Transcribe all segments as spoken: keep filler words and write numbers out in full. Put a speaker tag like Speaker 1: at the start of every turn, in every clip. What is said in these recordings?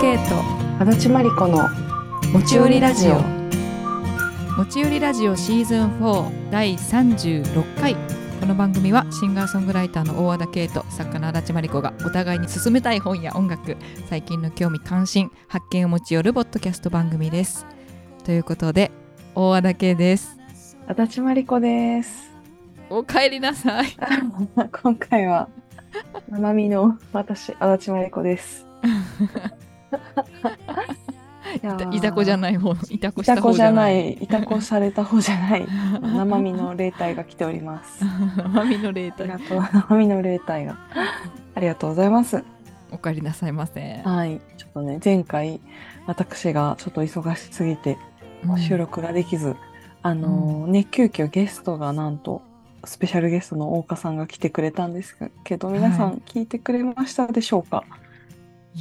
Speaker 1: 圭と
Speaker 2: 足立真理子の
Speaker 1: 持ち寄りラジオ。持ち寄りラジオシーズンフォーだいさんじゅうろっかい。この番組はシンガーソングライターの大和田圭と作家の足立真理子がお互いに進めたい本や音楽、最近の興味関心発見を持ち寄るポッドキャスト番組です。ということで大和田圭です。
Speaker 2: 足立真理子です。
Speaker 1: お帰りなさい。
Speaker 2: 今回は生身の私足立真理子です。
Speaker 1: いやいたこじゃない方、いたこした
Speaker 2: いたこじ
Speaker 1: 方じゃな
Speaker 2: ゃないい、いたこされた方じゃない生身の霊体が来ております。
Speaker 1: 生身の霊
Speaker 2: あり
Speaker 1: 体。
Speaker 2: がとう、生身の霊体がありがとうございます。
Speaker 1: お帰りなさいませ。
Speaker 2: はい、ちょっとね、前回私がちょっと忙しすぎて収録ができず、うん、あのー、ね、急遽ゲストがなんとスペシャルゲストの大岡さんが来てくれたんですけど、皆さん聞いてくれましたでしょうか？はい、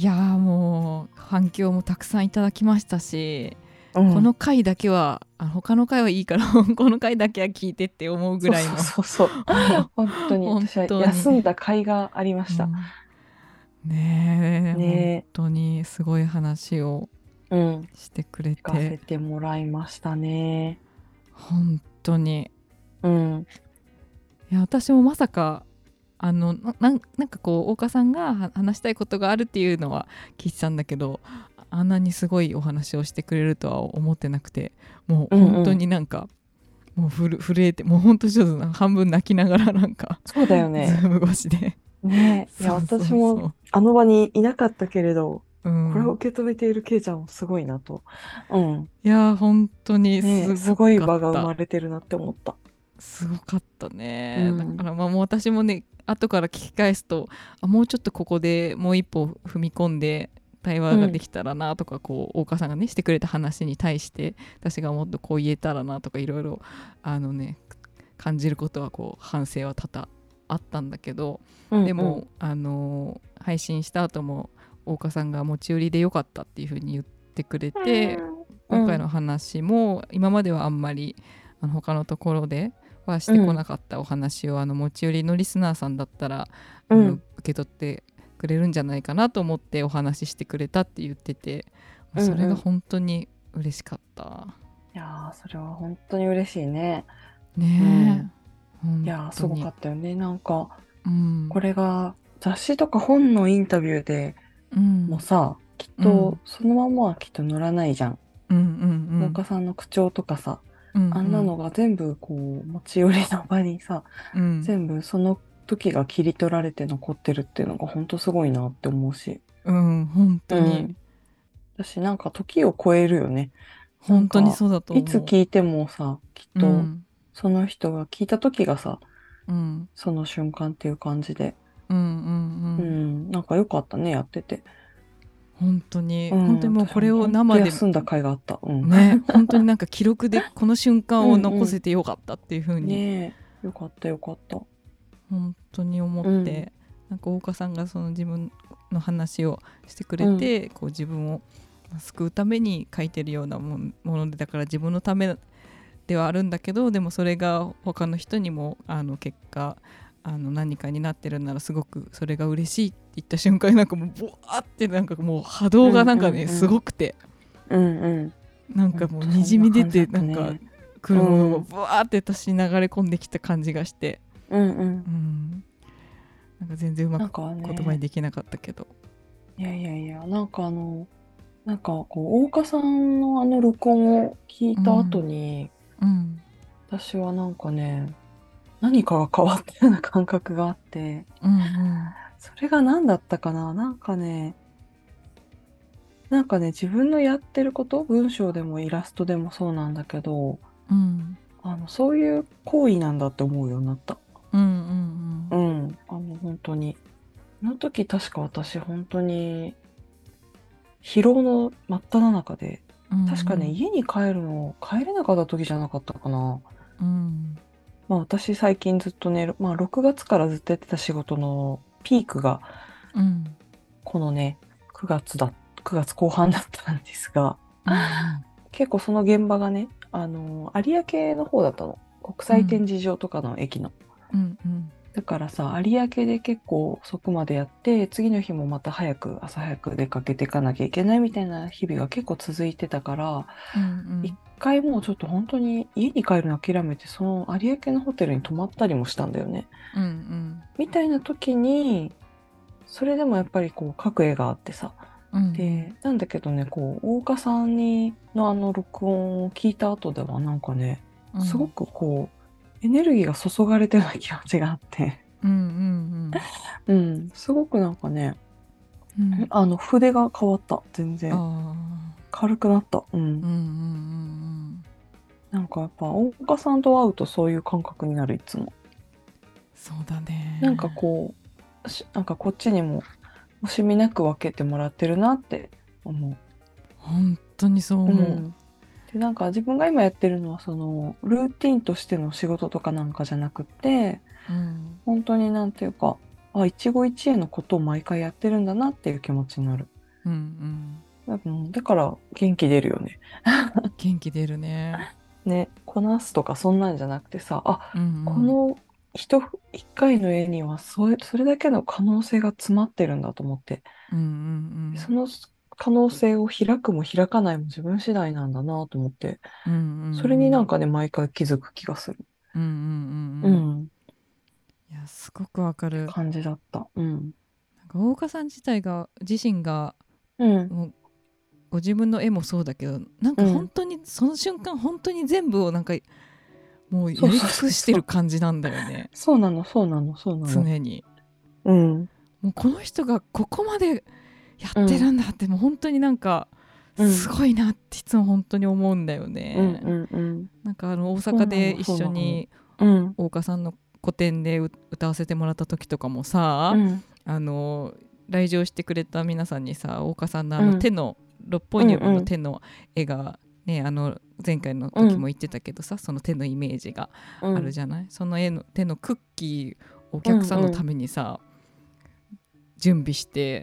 Speaker 1: いやーもう反響もたくさんいただきましたし、うん、この回だけはあ他の回はいいからこの回だけは聞いてって思うぐらいの、
Speaker 2: そうそうそう本当に私は休んだ回がありました、うん、
Speaker 1: ねえ、ね、本当にすごい話をしてくれて、
Speaker 2: うん、聞かせてもらいましたね。
Speaker 1: 本当に、
Speaker 2: うん、
Speaker 1: いや私もまさかあの な, なんかこう大岡さんが話したいことがあるっていうのは聞いてたんだけど、あんなにすごいお話をしてくれるとは思ってなくて、もう本当になんか、うんうん、もうふる震えて、もう本当ちょっと半分泣きながらなんか
Speaker 2: そうだよね、
Speaker 1: ズーム越しで
Speaker 2: ね。いや私もあの場にいなかったけれど、うん、これを受け止めているケイちゃんもすごいなと、うん、
Speaker 1: いや本当にすごかった、
Speaker 2: ね、すごい場が生まれてるなって思った。
Speaker 1: すごかったね、うん、だからまあもう私もね後から聞き返すと、あもうちょっとここでもう一歩踏み込んで対話ができたらなとか、うん、こう大岡さんがねしてくれた話に対して私がもっとこう言えたらなとかいろいろあのね感じることはこう反省は多々あったんだけど、うんうん、でもあの配信した後も大岡さんが持ち寄りでよかったっていう風に言ってくれて、うん、今回の話も今まではあんまりあの他のところではしてこなかったお話を、うん、あの持ち寄りのリスナーさんだったら、うん、あの受け取ってくれるんじゃないかなと思ってお話ししてくれたって言ってて、うんうん、それが本当に嬉しかった。
Speaker 2: いやそれは本当に嬉しいね。
Speaker 1: ねえ、
Speaker 2: うん、いやすごかったよね。なんか、うん、これが雑誌とか本のインタビューで、うん、もうさきっとそのままはきっと載らないじゃん。うんうんうん、大岡さんの口調とかさ、うんうん、あんなのが全部こう持ち寄りの場にさ、うん、全部その時が切り取られて残ってるっていうのが本当すごいなって思うし、
Speaker 1: うん本当に、うん、
Speaker 2: 私なんか時を超えるよね。
Speaker 1: 本当にそうだと思う。
Speaker 2: いつ聞いてもさきっと、うん、その人が聞いた時がさ、うん、その瞬間っていう感じで、うんうんうんうん、なんか良かったねやってて。
Speaker 1: 本当に、うん、本当にもうこれを生で
Speaker 2: 休んだ甲斐があった、うん、
Speaker 1: ね本当になんか記録でこの瞬間を残せてよかったっていう風に、
Speaker 2: うんうん、ねよかったよかった
Speaker 1: 本当に思って、うん、なんか大岡さんがその自分の話をしてくれて、うん、こう自分を救うために書いてるようなもので、だから自分のためではあるんだけど、でもそれが他の人にもあの結果あの何かになってるならすごくそれが嬉しいって言った瞬間になんかもうボワーってなんかもう波動がなんかね、うんうんうん、すごくて、うんうん、なんかもうにじみ出てなんか来るものがボワーって私に流れ込んできた感じがして、うんうんうん、なんか全然うまく言葉にできなかったけど、
Speaker 2: ね、いやいやいやなんかあのなんかこう大岡さんのあの録音を聞いた後に、うんうん、私はなんかね何かが変わったような感覚があって、うんうん、それが何だったかな。なんかねなんかね自分のやってること文章でもイラストでもそうなんだけど、うん、あのそういう行為なんだって思うようになった。うんうんうん、うん、あの本当にあの時確か私本当に疲労の真っ只中で、うんうん、確かね家に帰るの帰れなかった時じゃなかったかな。うんまあ、私最近ずっとね、まあ、ろくがつからずっとやってた仕事のピークが、うん、このねくがつだくがつこう半だったんですが、うんうん、結構その現場がねあの有明の方だったの、国際展示場とかの駅の、うんうん、 だからさ、有明で結構遅くまでやって、次の日もまた早く、朝早く出かけていかなきゃいけないみたいな日々が結構続いてたから、
Speaker 1: うんうん
Speaker 2: 一回もうちょっと本当に家に帰るの諦めて、その有明のホテルに泊まったりもしたんだよね。
Speaker 1: うんうん
Speaker 2: みたいな時に、それでもやっぱりこう書く絵があってさ、
Speaker 1: うん
Speaker 2: で、なんだけどね、こう、大岡さんにのあの録音を聞いた後ではなんかね、
Speaker 1: うん
Speaker 2: すごくこう、エネルギーが注がれてるような気持ちがあって、
Speaker 1: うんうん
Speaker 2: うん、すごくなんかね、
Speaker 1: うんうん
Speaker 2: あの、筆が変わった、全
Speaker 1: あ
Speaker 2: 然。
Speaker 1: あ
Speaker 2: 軽くなった。うん。
Speaker 1: うんうんうん
Speaker 2: なんかやっぱ、大岡さんと会うとそういう感覚になる、いつも。
Speaker 1: そうだね。
Speaker 2: なんかこう、しなんかこっちにも惜しみなく分けてもらってるなって思
Speaker 1: 本当にそう
Speaker 2: う。う
Speaker 1: 思う。
Speaker 2: ん。で、なんか自分が今やってるのは、その、ルーティンとしての仕事とかなんかじゃなくて、
Speaker 1: うん
Speaker 2: 本当になんていうか、あ、一期一会のことを毎回やってるんだなっていう気持ちになる。
Speaker 1: うんうん
Speaker 2: うん、だから元気出るよね。
Speaker 1: 元気出るね。
Speaker 2: ね、こなすとかそんなんじゃなくてさ、あ、
Speaker 1: うんうん
Speaker 2: この一一回の絵にはそれ、それだけの可能性が詰まってるんだと思って、
Speaker 1: うんうん
Speaker 2: その可能性を開くも開かないも自分次第なんだなと思って、
Speaker 1: うんうん
Speaker 2: それに
Speaker 1: うん
Speaker 2: なんかね、毎回気づく気がする。
Speaker 1: うんうんうんうん
Speaker 2: うん、っ
Speaker 1: いやすごくわかる。
Speaker 2: て感じだった。うん。
Speaker 1: なんか大岡さん自体が自身が
Speaker 2: うん、
Speaker 1: もうご自分の絵もそうだけど、なんか本
Speaker 2: うん。
Speaker 1: 当にその瞬間本当に全部をなんかもう
Speaker 2: そうそう
Speaker 1: やり尽
Speaker 2: そうそう。
Speaker 1: くしてる感じなんだよね。
Speaker 2: そうなの、そうなの、そうなの。
Speaker 1: 常に
Speaker 2: うん、
Speaker 1: もうこの人がここまでや
Speaker 2: うん、
Speaker 1: ってるんだってもう本当になんか
Speaker 2: うん、
Speaker 1: すごいなっていつも本当に思うんだよ
Speaker 2: うん、
Speaker 1: ね。
Speaker 2: うん、うん。
Speaker 1: なんかあの大
Speaker 2: そうなの、
Speaker 1: 阪で一
Speaker 2: そうなの。
Speaker 1: 緒に
Speaker 2: うん、
Speaker 1: 大岡さんの個展で歌わせてもらった時とかもさ、
Speaker 2: うん、
Speaker 1: あの来場してくれた皆さんにさ、大岡さんのあ
Speaker 2: うん、
Speaker 1: の手の六
Speaker 2: うん、
Speaker 1: 本指
Speaker 2: うん、
Speaker 1: の手の絵がね、あの前回の
Speaker 2: うん、
Speaker 1: 時も言ってたけどさ、その手のイメージが
Speaker 2: うん、
Speaker 1: あるじゃない。その絵の手のクッキーをお
Speaker 2: うん、
Speaker 1: 客さんのた
Speaker 2: うん、
Speaker 1: めにさ準備して、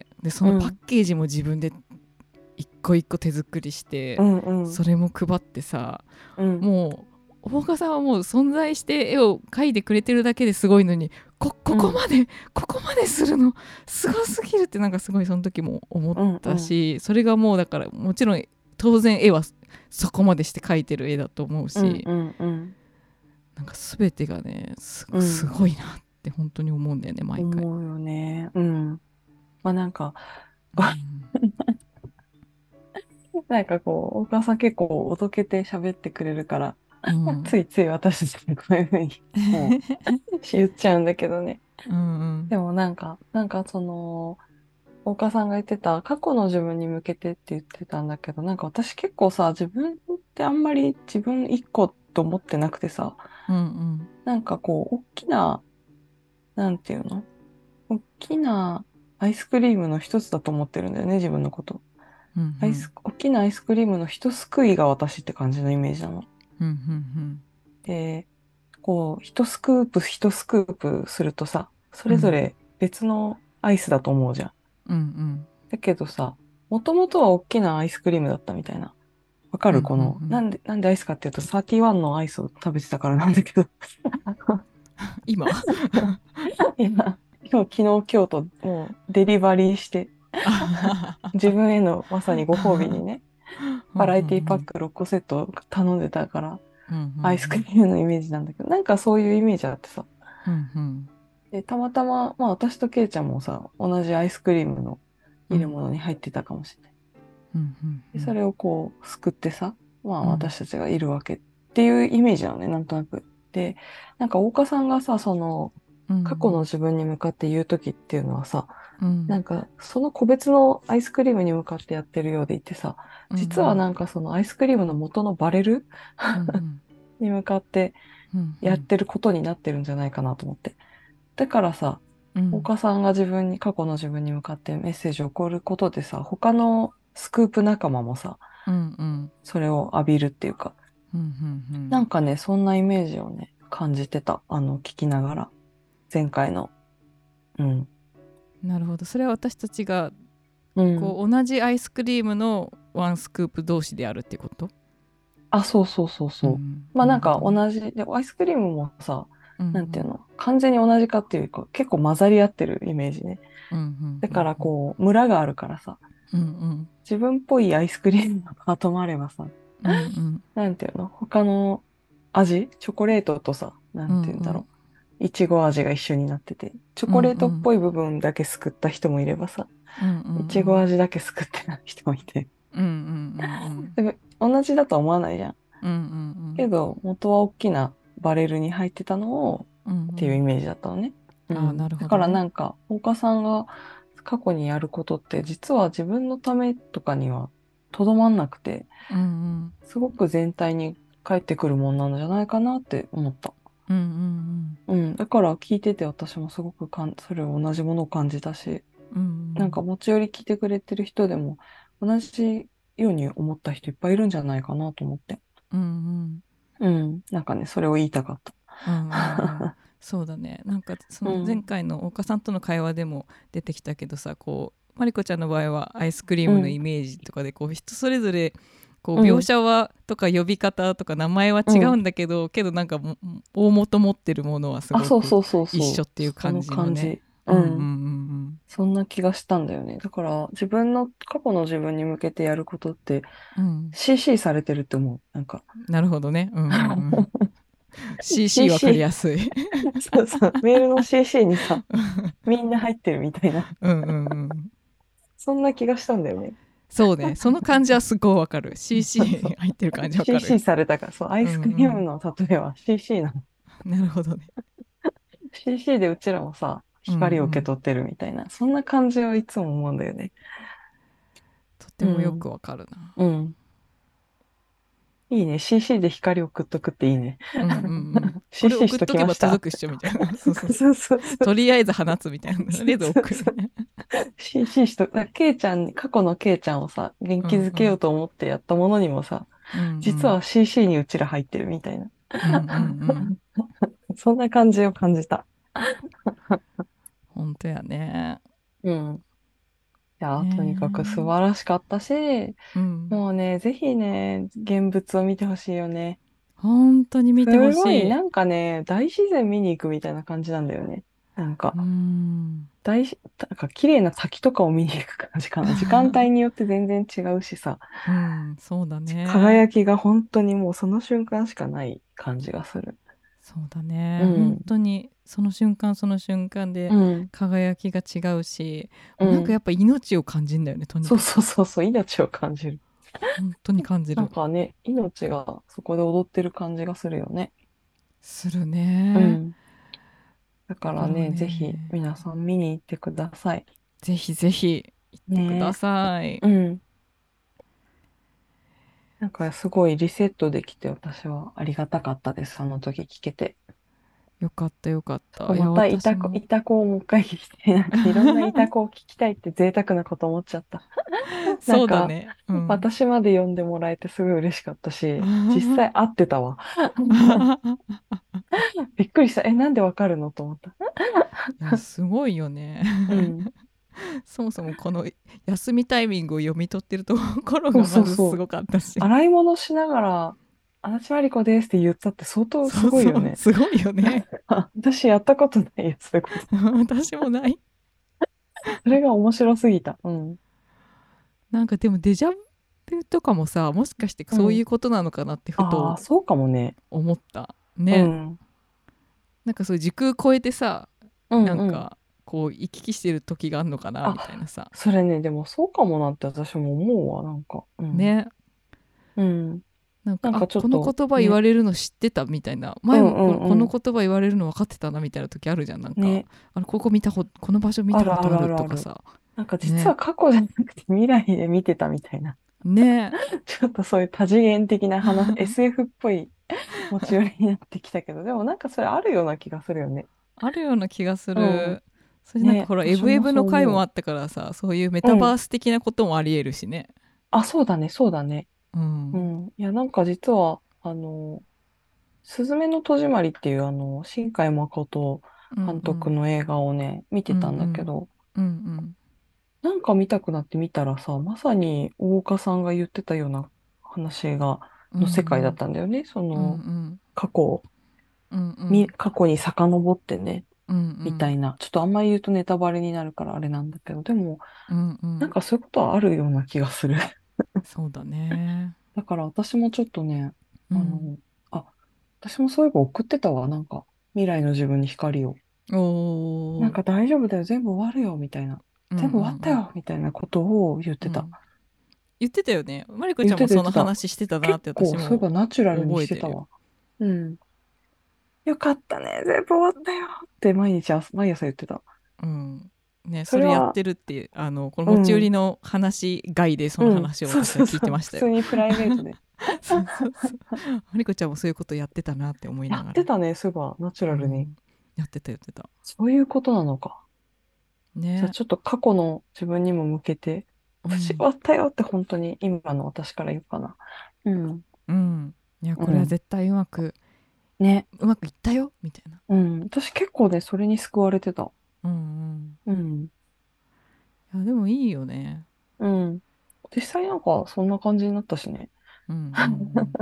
Speaker 1: でそのパッ
Speaker 2: うん、
Speaker 1: ケージも自分で一個一個手作りして
Speaker 2: うん、うん、
Speaker 1: それも配ってさ、
Speaker 2: うん、
Speaker 1: もう大岡さんはもう存在して絵を描いてくれてるだけですごいのに、こここまでここまでするのすごすぎるってなんかすごいその時も思っ
Speaker 2: うん、うん、
Speaker 1: たし、それがもうだからもちろん当然絵はそこまでして描いてる絵だと思う
Speaker 2: うん、
Speaker 1: し、
Speaker 2: うん、うん、
Speaker 1: なんか全てがね す,
Speaker 2: うん、
Speaker 1: すごいなって本当に思うんだよね毎回。
Speaker 2: 思うよね。うん。まあなんか、
Speaker 1: うん、
Speaker 2: なんかこう、大川さん結構おどけて喋ってくれるから、
Speaker 1: うん、
Speaker 2: ついつい私たちもこういうふうに、もう、言っちゃうんだけどね。
Speaker 1: うんうん
Speaker 2: でもなんか、なんかその、大川さんが言ってた、過去の自分に向けてって言ってたんだけど、なんか私結構さ、自分ってあんまり自分一個と思ってなくてさ、
Speaker 1: うんうん
Speaker 2: なんかこう、大きな、なんていうの大きなアイスクリームの一つだと思ってるんだよね、自分のこと。
Speaker 1: うんう
Speaker 2: アイス、
Speaker 1: ん
Speaker 2: 大きなアイスクリームの一すくいが私って感じのイメージなの。
Speaker 1: うんうん
Speaker 2: で、こう、一スクープ一スクープするとさ、そ
Speaker 1: うんうん
Speaker 2: れぞれ別のアイスだと思うじゃん。
Speaker 1: うん
Speaker 2: だけどさ、もともとは大きなアイスクリームだったみたいな。わか
Speaker 1: うんう
Speaker 2: るこの、な
Speaker 1: ん
Speaker 2: んで、なんでアイスかっていうと、サーティワンのアイスを食べてたからなんだけど、
Speaker 1: 今
Speaker 2: 今、今日、昨日、今日と、もう、デリバリーして、自分へのまさにご褒美にね、
Speaker 1: うんうん
Speaker 2: バラエティパックろっこセット頼んでたから、
Speaker 1: うんうん
Speaker 2: アイスクリームのイメージなんだけど、なんかそういうイメージあってさ。
Speaker 1: うんうん
Speaker 2: で、たまたま、まあ私とケイちゃんもさ、同じアイスクリームの入れ物に入ってたかもしれない。
Speaker 1: うんうん
Speaker 2: で、それをこう、すくってさ、まあ
Speaker 1: うん
Speaker 2: 私たちがいるわけっていうイメージなのね、なんとなく。で、なんか大岡さんがさ、その、過去の自分に向かって言うときっていうのはさ、
Speaker 1: うん
Speaker 2: なんか、その個別のアイスクリームに向かってやってるようでいてさ、
Speaker 1: うん
Speaker 2: 実はなんかそのアイスクリームの元のバレル
Speaker 1: うんうん
Speaker 2: に向かって
Speaker 1: うん
Speaker 2: やってることになってるんじゃないかなと思って。だからさ、
Speaker 1: うん
Speaker 2: 岡さんが自分に、過去の自分に向かってメッセージを送ることでさ、他のスクープ仲間もさ、
Speaker 1: うんうん
Speaker 2: それを浴びるっていうか、
Speaker 1: うんうん
Speaker 2: なんかね、そんなイメージをね、感じてた。あの、聞きながら。前回の。うん。
Speaker 1: なるほど。それは私たちが
Speaker 2: うん。
Speaker 1: こう同じアイスクリームのワンスクープ同士であるってこと？
Speaker 2: あ、そうそうそう
Speaker 1: う
Speaker 2: そ
Speaker 1: ん、
Speaker 2: う。まあなんか
Speaker 1: なるほどね。
Speaker 2: 同じ、で、アイスクリームもさ、
Speaker 1: うんうん
Speaker 2: なんていうの、完全に同じかっていうか、結構混ざり合ってるイメージね。
Speaker 1: うんうん
Speaker 2: だからこう、ムラがあるからさ、
Speaker 1: うんうん
Speaker 2: 自分っぽいアイスクリームのパートもあればさ、
Speaker 1: うんうん
Speaker 2: なんていうの、他の味、チョコレートとさ、な
Speaker 1: うん
Speaker 2: んていうんだろう、いちご味が一緒になってて、チョ
Speaker 1: うん
Speaker 2: コレートっ
Speaker 1: うん
Speaker 2: ぽい部分だけすくった人もいればさ、
Speaker 1: うんう
Speaker 2: いちご
Speaker 1: ん
Speaker 2: 味だけすくってない人もいて、
Speaker 1: うんうん
Speaker 2: でも同じだとは思わないじゃん。
Speaker 1: うんうん
Speaker 2: けど、元は大きなバレルに入ってたのを、
Speaker 1: うんうん
Speaker 2: っていうイメージだったのね。う
Speaker 1: ああー
Speaker 2: ん。だから
Speaker 1: なるほどね
Speaker 2: なんか、大岡さんが過去にやることって、実は自分のためとかにはとどまんなくて、
Speaker 1: うんうん
Speaker 2: すごく全体に返ってくるもんなんじゃないかなって思った。
Speaker 1: うんうん
Speaker 2: うん。だから聞いてて私もすごくかん、それを同じものを感じたし、
Speaker 1: うんうん
Speaker 2: なんか持ち寄り聞いてくれてる人でも同じように思った人いっぱいいるんじゃないかなと思って。
Speaker 1: うんうん
Speaker 2: うん。なんかね、それを言いたかっ
Speaker 1: うんうんうん
Speaker 2: た。
Speaker 1: そうだね。なんかその前
Speaker 2: うん。
Speaker 1: 回の岡さんとの会話でも出てきたけどさ、こうマリコちゃんの場合はアイスクリームのイ
Speaker 2: うん。
Speaker 1: メージとかでこう人それぞれこう
Speaker 2: うん。
Speaker 1: 描写はとか呼び方とか名前は違うんだけど、けどなんかも大元持ってるものはす
Speaker 2: あ、
Speaker 1: ごく
Speaker 2: そうそうそう
Speaker 1: 一緒
Speaker 2: そう。
Speaker 1: っていう感
Speaker 2: その
Speaker 1: じのね。
Speaker 2: 感じ。
Speaker 1: うんうんう
Speaker 2: うん。
Speaker 1: ん
Speaker 2: そんな気がしたんだよね。だから、自分の、過去の自分に向けてやることって、
Speaker 1: うん。うん
Speaker 2: シーシー されてるって思う。なんか。
Speaker 1: なるほどね。うんうんうん。シーシー わかり
Speaker 2: シーシー、
Speaker 1: やすい。
Speaker 2: そうそう、メールの シーシー にさ、みんな入ってるみたいな。
Speaker 1: うんうんうん。
Speaker 2: そんな気がしたんだよね。
Speaker 1: そうね。その感じはすごいわかる。
Speaker 2: そうそ
Speaker 1: シーシー
Speaker 2: う。
Speaker 1: 入ってる感じわかる。
Speaker 2: シーシー されたから、そう、アイ
Speaker 1: うんう
Speaker 2: スクリーム
Speaker 1: ん。
Speaker 2: の例えは シーシー なの。
Speaker 1: なるほどね。
Speaker 2: シーシー でうちらもさ、
Speaker 1: うんう
Speaker 2: 光を受け
Speaker 1: ん。
Speaker 2: 取ってるみたいな、そんな感じはいつも思うんだよね。
Speaker 1: とて
Speaker 2: うん。
Speaker 1: もよくわかるな。
Speaker 2: うん。いいね。シーシー で光を送っとくっていいね。
Speaker 1: うんうんうん。これ
Speaker 2: シーシー しと
Speaker 1: 送っとけば
Speaker 2: きました。
Speaker 1: 届くっしょみたいな。そうそうそ
Speaker 2: そうそうそ
Speaker 1: う。
Speaker 2: う。
Speaker 1: とりあえず放つみたいな。とりあえず送る
Speaker 2: そうそう。
Speaker 1: みたいな。
Speaker 2: シーシー しと、ケイちゃんに、過去のケイちゃんをさ、元
Speaker 1: う
Speaker 2: 気づけよう
Speaker 1: んうん。
Speaker 2: と思ってやったものにもさ、
Speaker 1: うんう
Speaker 2: 実は
Speaker 1: ん。
Speaker 2: シーシー にうちら入ってるみたいな。
Speaker 1: うんうんうん。
Speaker 2: そんな感じを感じた。
Speaker 1: 本当やね。
Speaker 2: うん。いやー、とにかく素
Speaker 1: ね
Speaker 2: 晴らしかったし、
Speaker 1: え。うん。
Speaker 2: もうね、ぜひね、現物を見てほしいよね。
Speaker 1: 本当に見てほ
Speaker 2: すごい、
Speaker 1: しい。
Speaker 2: なんかね、大自然見に行くみたいな感じなんだよね。なんか、
Speaker 1: うん。
Speaker 2: 大し、なんか綺麗な滝とかを見に行く感じかな。時間帯によって全然違うしさ、
Speaker 1: うん、そうだね。
Speaker 2: 輝きが本当にもうその瞬間しかない感じがする。
Speaker 1: そうだね。本
Speaker 2: うん、
Speaker 1: 当にその瞬間その瞬間で
Speaker 2: うん、
Speaker 1: 輝きが違うし、
Speaker 2: うん。
Speaker 1: もうなんかやっぱ命を感じるんだよね、とに
Speaker 2: そう
Speaker 1: かく。
Speaker 2: そうそうそう、命を感じる。
Speaker 1: 本当に感じ
Speaker 2: なん
Speaker 1: る。
Speaker 2: かね、命がそこで踊ってる感じがするよね。
Speaker 1: するね。
Speaker 2: うん。だ
Speaker 1: だから
Speaker 2: からね、ぜひ
Speaker 1: ね、
Speaker 2: 皆さん見に行ってください。
Speaker 1: ぜひぜひ行ってくだ
Speaker 2: ね
Speaker 1: さい。
Speaker 2: え。うん。なんかすごいリセットできて私はありがたかったです。あの時聞けて。
Speaker 1: よかったよかった。いや、
Speaker 2: またイタコ、
Speaker 1: 私も。
Speaker 2: イタコをもう一回聞きたい。なんかいろんなイタコを聞きたいって贅沢なこと思っちゃった。なんか、
Speaker 1: そうだね。うん。
Speaker 2: 私まで呼んでもらえてすごい嬉しかったし、実際会ってたわ。びっくりした。え、なんでわかるのと思った。
Speaker 1: いや、すごいよね。
Speaker 2: うん。
Speaker 1: そもそもこの休みタイミングを読み取ってるところ
Speaker 2: そう
Speaker 1: がま
Speaker 2: そうそう。
Speaker 1: ずすごかったし。
Speaker 2: 洗い物しながら、足立まりこですって言ったって相当す
Speaker 1: そうそう、
Speaker 2: ごいよね。
Speaker 1: すごいよね。
Speaker 2: あ、私やったことないよ、そういうこと。
Speaker 1: 私もない。
Speaker 2: それが面白すぎた。うん。
Speaker 1: なんかでもデジャブとかもさ、もしかして
Speaker 2: うん。
Speaker 1: そういうことなのかなってふ
Speaker 2: ああ、
Speaker 1: と
Speaker 2: そうかもね。
Speaker 1: 思った。ね。
Speaker 2: うん。
Speaker 1: なんかそういう時空超えてさ、
Speaker 2: うんうん。
Speaker 1: なんかこう行き来してる時があるのかなみたいな
Speaker 2: あ、
Speaker 1: さ。
Speaker 2: それね、でもそうかもなって私も思うわ、なんか。うん。
Speaker 1: ね。
Speaker 2: うん。
Speaker 1: なんか、あ、
Speaker 2: なんかちょっ
Speaker 1: この
Speaker 2: と、
Speaker 1: 言葉言わ
Speaker 2: ね。
Speaker 1: れるの知ってたみたいな。
Speaker 2: うんう
Speaker 1: 前もここの
Speaker 2: んうん。
Speaker 1: 言葉言われるの分かってたなみたいな時あるじゃん。なんか、
Speaker 2: ね。
Speaker 1: あの、ここ見たこ、この場所見
Speaker 2: あるあ
Speaker 1: たことある
Speaker 2: るあるある。
Speaker 1: とかさ。
Speaker 2: なんか実は
Speaker 1: ね。
Speaker 2: 過去じゃなくて未来で見てたみたいな。
Speaker 1: ね。
Speaker 2: ちょっとそういう多次元的な話、エスエフ っぽい持ち寄りになってきたけど、でもなんかそれあるような気がするよね。
Speaker 1: あるような気がす
Speaker 2: うん。
Speaker 1: る。そしてなんか
Speaker 2: ね、
Speaker 1: ほら、エブエブ
Speaker 2: 私もそう思
Speaker 1: の回もあったからさ、そういうメ
Speaker 2: う。うん。
Speaker 1: タバース的なこともあり得るしね。
Speaker 2: あ、そうだね、そうだね。
Speaker 1: うん。
Speaker 2: うん。いや、なんか実は、あの、すずめの戸締まりっていうあの、新海誠
Speaker 1: うんう
Speaker 2: 監督
Speaker 1: ん。
Speaker 2: の映画をね、見
Speaker 1: うんう
Speaker 2: てたんだけ
Speaker 1: ん。
Speaker 2: ど、
Speaker 1: うんうん。
Speaker 2: なんか見たくなって見たらさ、まさに大岡さんが言ってたような話が、
Speaker 1: うんう
Speaker 2: の世界だっ
Speaker 1: ん。
Speaker 2: たんだよね。そ
Speaker 1: うんう
Speaker 2: の、
Speaker 1: ん。
Speaker 2: 過去
Speaker 1: ううんう
Speaker 2: み、
Speaker 1: ん
Speaker 2: 過去に遡ってね、
Speaker 1: うんうん
Speaker 2: みたいな。ちょっとあんまり言うとネタバレになるからあれなんだけど、でも、
Speaker 1: うんうん。
Speaker 2: なんかそういうことはあるような気がする。
Speaker 1: そうだね。
Speaker 2: だから私もちょっとね、
Speaker 1: うん
Speaker 2: あの、あ、私もそういえば送ってたわ、なんか、未来の自分に光を。
Speaker 1: おー。
Speaker 2: なんか大丈夫だよ、全部終わるよ、みたいな。
Speaker 1: うんうん
Speaker 2: 全部終わった
Speaker 1: うん
Speaker 2: よ、みたいなことを言ってた。
Speaker 1: うん。言ってたよね。マリコち
Speaker 2: 言ってた、
Speaker 1: ゃんもその
Speaker 2: 言ってた。
Speaker 1: 話してたなっ
Speaker 2: 結
Speaker 1: て私も
Speaker 2: 構そういえばナチュラルに
Speaker 1: 覚えてるよ。
Speaker 2: してたわ。うん。よかったね、全部終わったよって毎日朝、毎朝言ってた。
Speaker 1: うん。ね、そ
Speaker 2: それは、
Speaker 1: れやってるっていう、あの、この持ち寄り
Speaker 2: うん、
Speaker 1: の話外でその
Speaker 2: うん、
Speaker 1: 話を
Speaker 2: そう
Speaker 1: 私は聞い
Speaker 2: そうそう、
Speaker 1: てましたよ。
Speaker 2: 普通にプライベートで。
Speaker 1: そうそうそう。マリコちゃんもそういうことやってたなって思い
Speaker 2: や
Speaker 1: ながら。
Speaker 2: ってたね、そういえば、ナチュラルに。
Speaker 1: うん。やってたやってた。
Speaker 2: そういうことなのか。じゃあ
Speaker 1: ね。
Speaker 2: ちょっと過去の自分にも向けて、私終
Speaker 1: うん。
Speaker 2: わったよって本当に今の私から言うかな。うん、
Speaker 1: うん。いや、これは
Speaker 2: うん。
Speaker 1: 絶対うまく、
Speaker 2: ね。
Speaker 1: うまくいったよみたいな。
Speaker 2: うん。私結構ね、それに救われてた。
Speaker 1: うんうん。
Speaker 2: うん。
Speaker 1: いや、でもいいよね。
Speaker 2: うん。実際なんかそんな感じになったしね。
Speaker 1: うんうん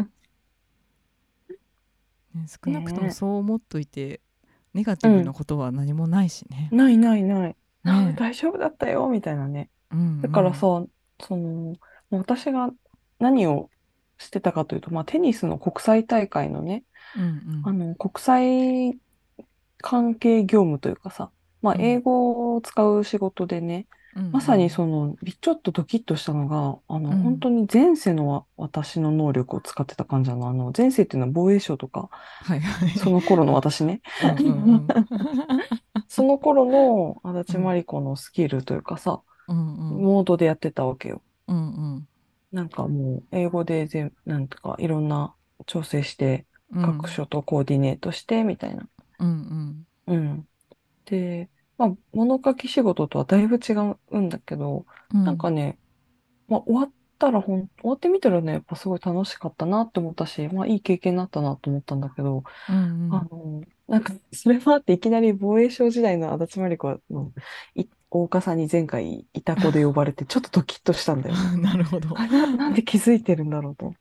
Speaker 1: うん。ね、少なくとも
Speaker 2: ね
Speaker 1: そう思っといて、ネガ
Speaker 2: え。
Speaker 1: ティブな
Speaker 2: うん。
Speaker 1: ことは何もないしね。
Speaker 2: ないないない。あ、
Speaker 1: ね
Speaker 2: 大丈夫だったよ、みたいなね。
Speaker 1: え。うんう
Speaker 2: だからさ、
Speaker 1: ん。
Speaker 2: その、私が何をしてたかというと、まあテニスの国際大会のね、
Speaker 1: うんうん
Speaker 2: あの、国際関係業務というかさ、まあ、英
Speaker 1: うん
Speaker 2: 語を使う仕事でね、
Speaker 1: うんう
Speaker 2: まさに
Speaker 1: ん
Speaker 2: その、びちょっとドキッとしたのが、あの、本
Speaker 1: うん
Speaker 2: 当に前世のわ私の能力を使ってた感じなの。あの、前世っていうのは防衛省とか、
Speaker 1: はいはい。
Speaker 2: その頃の私ね。
Speaker 1: うんうんうん
Speaker 2: その頃の足
Speaker 1: うん
Speaker 2: 立真理子のスキルというかさ、
Speaker 1: うんうん
Speaker 2: モードでやってたわけよ。
Speaker 1: うんうん
Speaker 2: なんかもう、英語で全、なんとかいろんな調整して、各
Speaker 1: うん
Speaker 2: 所とコーディネートして、みたいな。
Speaker 1: うん
Speaker 2: うん。で、まあ、物書き仕事とはだいぶ違うんだけど、
Speaker 1: うん
Speaker 2: なんかね、まあ、終わったらほん、終わってみたらね、やっぱすごい楽しかったなって思ったし、まあ、いい経験になったなと思ったんだけど、
Speaker 1: うん
Speaker 2: あの、なんか、それもあっていきなり防衛省時代の足立真理子の、い、大岡さんに前回いた子で呼ばれて、ちょっとドキッとしたんだよね。
Speaker 1: うん。なるほど。
Speaker 2: あ、な、なんで気づいてるんだろうと思って。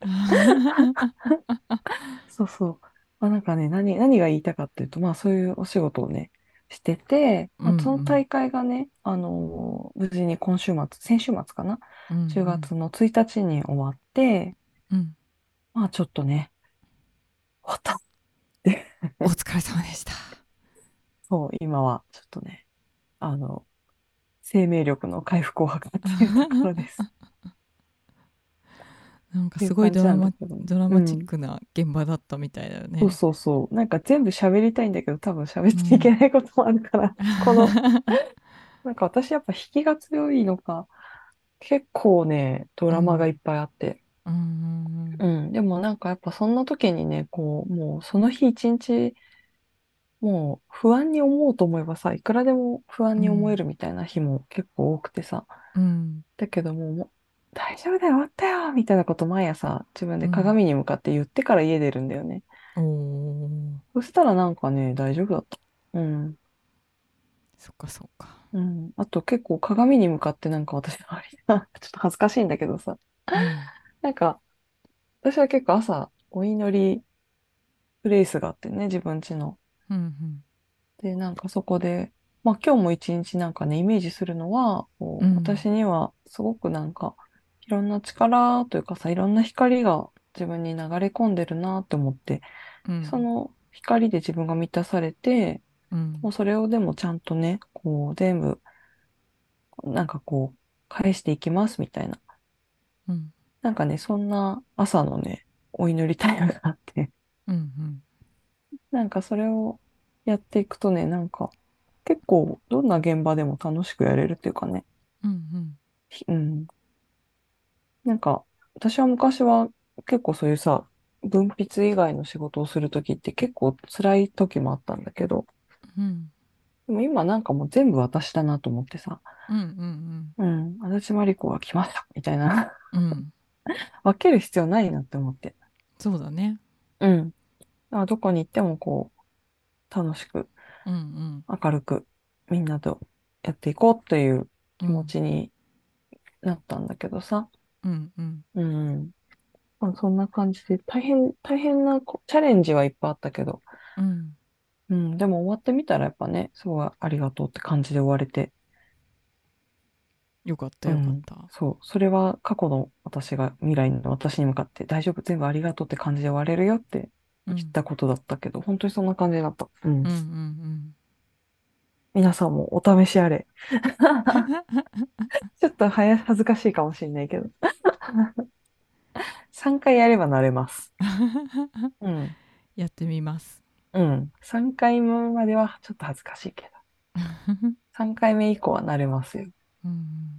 Speaker 2: そうそう。まあ、なんかね、何、何が言いたかっていうと、まあそういうお仕事をね、してて、
Speaker 1: うん
Speaker 2: まあ、その
Speaker 1: うん
Speaker 2: 大会がね、あのー無事に今週末、先週末かな？
Speaker 1: うんう
Speaker 2: じゅう
Speaker 1: ん
Speaker 2: 月のついたちに終わって、
Speaker 1: うん。
Speaker 2: まあちょっとね、終わったって、
Speaker 1: お疲れ様でした。
Speaker 2: そう、今はちょっとね、あの、生命力の回復を図っているところです。
Speaker 1: なんかす
Speaker 2: っていう感じなんだ
Speaker 1: ごいドラマ、
Speaker 2: けど。
Speaker 1: ドラマチッ
Speaker 2: うん。
Speaker 1: クな現場だったみたいだよ
Speaker 2: そう
Speaker 1: ね。
Speaker 2: そうそう。なんか全部喋りたいんだけど、多分喋っ
Speaker 1: うん。
Speaker 2: ていけないこともあるから、この、なんか私やっぱ引きが強いのか、結構ね、ドラマがいっ
Speaker 1: うん。
Speaker 2: ぱいあって。
Speaker 1: うんうん
Speaker 2: うん。でもなんかやっぱそんな時にね、こう、もうその日一日、もう不安に思うと思えばさ、いくらでも不安に思え
Speaker 1: うん
Speaker 2: るみたいな日も結構多くてさ。
Speaker 1: うん
Speaker 2: だけどもう、もう大丈夫だよ、終わったよみたいなこと毎朝自分で
Speaker 1: うん
Speaker 2: 鏡に向かって言ってから家出るんだよね。
Speaker 1: おー、
Speaker 2: そしたらなんかね、大丈夫だった。うん。
Speaker 1: そっかそっか。
Speaker 2: うん。あと結構鏡に向かってなんか私、あれなちょっと恥ずかしいんだけどさ。
Speaker 1: うん
Speaker 2: なんか、私は結構朝、お祈りプレイスがあってね、自分家の。
Speaker 1: うん
Speaker 2: で、なんかそこで、まあ今日も一日なんかね、イメージするのは、こう
Speaker 1: うん
Speaker 2: 私にはすごくなんか、いろんな力というかさ、いろんな光が自分に流れ込んでるなって思って、
Speaker 1: うん
Speaker 2: その光で自分が満たされて、
Speaker 1: うん
Speaker 2: もうそれをでもちゃんとね、こう全部、なんかこう、返していきますみたいな。
Speaker 1: うん
Speaker 2: なんかね、そんな朝のね、お祈りタイムがあって、
Speaker 1: うんうん
Speaker 2: なんかそれをやっていくとね、なんか結構どんな現場でも楽しくやれるっていうかね。
Speaker 1: うん
Speaker 2: ひうん。なんか私は昔は結構そういうさ、文筆以外の仕事をするときって結構辛い時もあったんだけど、
Speaker 1: うん
Speaker 2: でも今なんかもう全部私だなと思ってさ、
Speaker 1: うんうん
Speaker 2: うん、足立真理子が来ましたみたいな
Speaker 1: うんうん
Speaker 2: 分ける必要ないなって思って。
Speaker 1: そうだね。
Speaker 2: うん。だからどこに行ってもこう、楽しく、
Speaker 1: うんうん
Speaker 2: 明るく、みんなとやっていこうという気持
Speaker 1: うん
Speaker 2: ちになったんだけどさ。
Speaker 1: うんうん
Speaker 2: うん。まあ、そんな感じで、大変、大変なこチャレンジはいっぱいあったけど、
Speaker 1: うん。
Speaker 2: うん、でも終わってみたらやっぱね、すごいありがとうって感じで終われて、
Speaker 1: よかった
Speaker 2: うん、
Speaker 1: よかった。
Speaker 2: そう、それは過去の私が未来の私に向かって大丈夫、全部ありがとうって感じで終われるよって
Speaker 1: うん。
Speaker 2: 言ったことだったけど、本当にそんな感じだった。うん。
Speaker 1: うんうん
Speaker 2: 皆さんもお試しあれ。
Speaker 1: うん。
Speaker 2: ちょっとはや恥ずかしいかもしれないけど。さんかいやればなれます。うん。
Speaker 1: やってみます。
Speaker 2: うん。さんかいめまではちょっと恥ずかしいけど。さんかいめ以降はなれますよ。
Speaker 1: うん。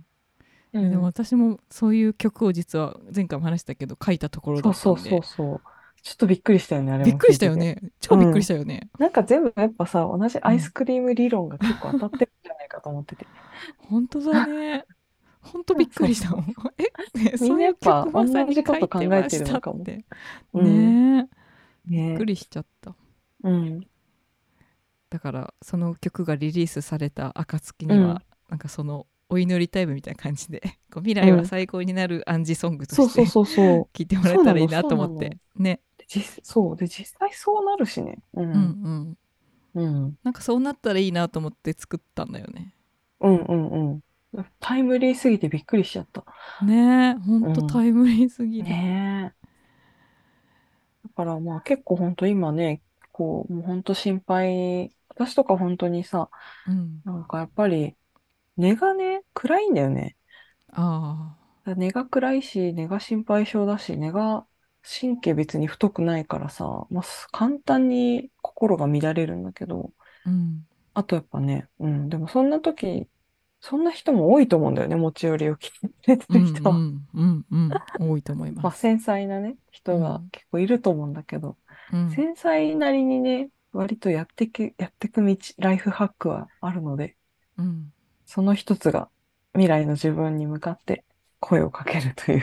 Speaker 1: いやでも
Speaker 2: うん。
Speaker 1: 私もそういう曲を実は前回も話したけど書いたところだ
Speaker 2: そうそうそ
Speaker 1: ったんで、
Speaker 2: うそう。ちょっとびっくりしたよね、あれ
Speaker 1: びっくり
Speaker 2: も聞いてて。
Speaker 1: したよね。超びっくりし
Speaker 2: うん。
Speaker 1: たよね。
Speaker 2: なんか全部やっぱさ、同じアイス
Speaker 1: うん。
Speaker 2: クリーム理論が結構当たってるんじゃないかと思ってて。
Speaker 1: 本当だね。本当びっくりしたもん。
Speaker 2: そうそう。
Speaker 1: え、ね、
Speaker 2: みんなやっ
Speaker 1: そういう曲
Speaker 2: ぱ同
Speaker 1: まさに
Speaker 2: じこと考
Speaker 1: 書いて
Speaker 2: えて
Speaker 1: ましたっ
Speaker 2: るのかも。
Speaker 1: て。
Speaker 2: うん。
Speaker 1: ねえ。びっく
Speaker 2: ね。
Speaker 1: りしちゃった。
Speaker 2: うん。
Speaker 1: だからその曲がリリースされた暁
Speaker 2: うん。
Speaker 1: にはなんかそのお祈りタイムみたいな感じでこう未
Speaker 2: うん。
Speaker 1: 来は最高になる暗示ソングとして
Speaker 2: そうそうそうそう。
Speaker 1: 聞いてもらえ
Speaker 2: そうなの、
Speaker 1: たらいいなと思っ
Speaker 2: そうなの。
Speaker 1: てね。
Speaker 2: で実、そう。で、実際そうなるしね。う
Speaker 1: うんう
Speaker 2: ん。
Speaker 1: ん。
Speaker 2: うん。
Speaker 1: なんかそうなったらいいなと思って作ったんだよね。
Speaker 2: うんうんうん。タイムリーすぎてびっくりしちゃった。
Speaker 1: ねえ、ほんと
Speaker 2: うん。
Speaker 1: タイムリーすぎる。
Speaker 2: ねえ。だからまあ結構本当今ね、こう、もう本当心配、私とか本当にさ、
Speaker 1: うん
Speaker 2: なんかやっぱり根がね、暗いんだよね。
Speaker 1: ああ
Speaker 2: だから根が暗いし、根が心配性だし、根が神経別に太くないからさ、まあ、す簡単に心が乱れるんだけど、
Speaker 1: うん
Speaker 2: あとやっぱね、うん、でもそんな時、そんな人も多いと思うんだよね、持ち寄りを聞いてく
Speaker 1: うんう
Speaker 2: れてる人は。
Speaker 1: んうんうん多いと思い
Speaker 2: まあ、
Speaker 1: ます
Speaker 2: 繊細なね、人が
Speaker 1: うん
Speaker 2: 結構いると思うんだけど、
Speaker 1: うん
Speaker 2: 繊細なりにね、割とやってく、やってく道、ライフハックはあるので、
Speaker 1: うん
Speaker 2: その一つが未来の自分に向かって声をかけるという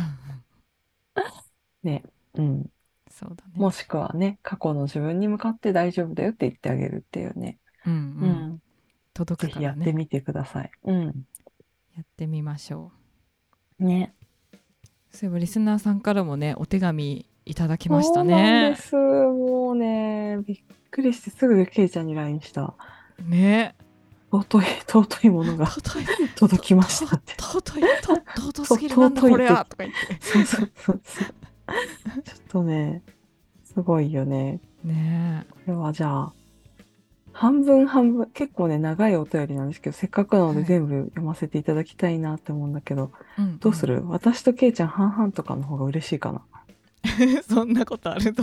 Speaker 2: ね、うん。
Speaker 1: そうだね
Speaker 2: もしくはね、過去の自分に向かって大丈夫だよって言ってあげるっていうね。
Speaker 1: うんうん
Speaker 2: うん。
Speaker 1: 届
Speaker 2: ぜひや
Speaker 1: くからね
Speaker 2: ってみてください。うん。
Speaker 1: やってみましょ
Speaker 2: ね。
Speaker 1: う。そういえばリスナーさんからもねお手紙いただきました
Speaker 2: そうなんで
Speaker 1: ね。
Speaker 2: す。もうね、びっくりしてすぐケイちゃんに ライン した。
Speaker 1: ね
Speaker 2: 尊い、尊いものが
Speaker 1: 尊い
Speaker 2: 届きました
Speaker 1: と
Speaker 2: って。
Speaker 1: 尊いと尊す
Speaker 2: と、
Speaker 1: ぎるなんだこれ
Speaker 2: 尊いって。
Speaker 1: はとか言って
Speaker 2: そうそうそうそう。ちょっとね、すごいよね。
Speaker 1: ね
Speaker 2: これはじゃあ、半分半分、結構ね、長いお便りなんですけど、せっかくなので
Speaker 1: はい。
Speaker 2: 全部読ませていただきたいなって思うんだけど、
Speaker 1: うんうん。
Speaker 2: どうする？私とケイちゃん半々とかの方が嬉しいかな。
Speaker 1: そんなことあると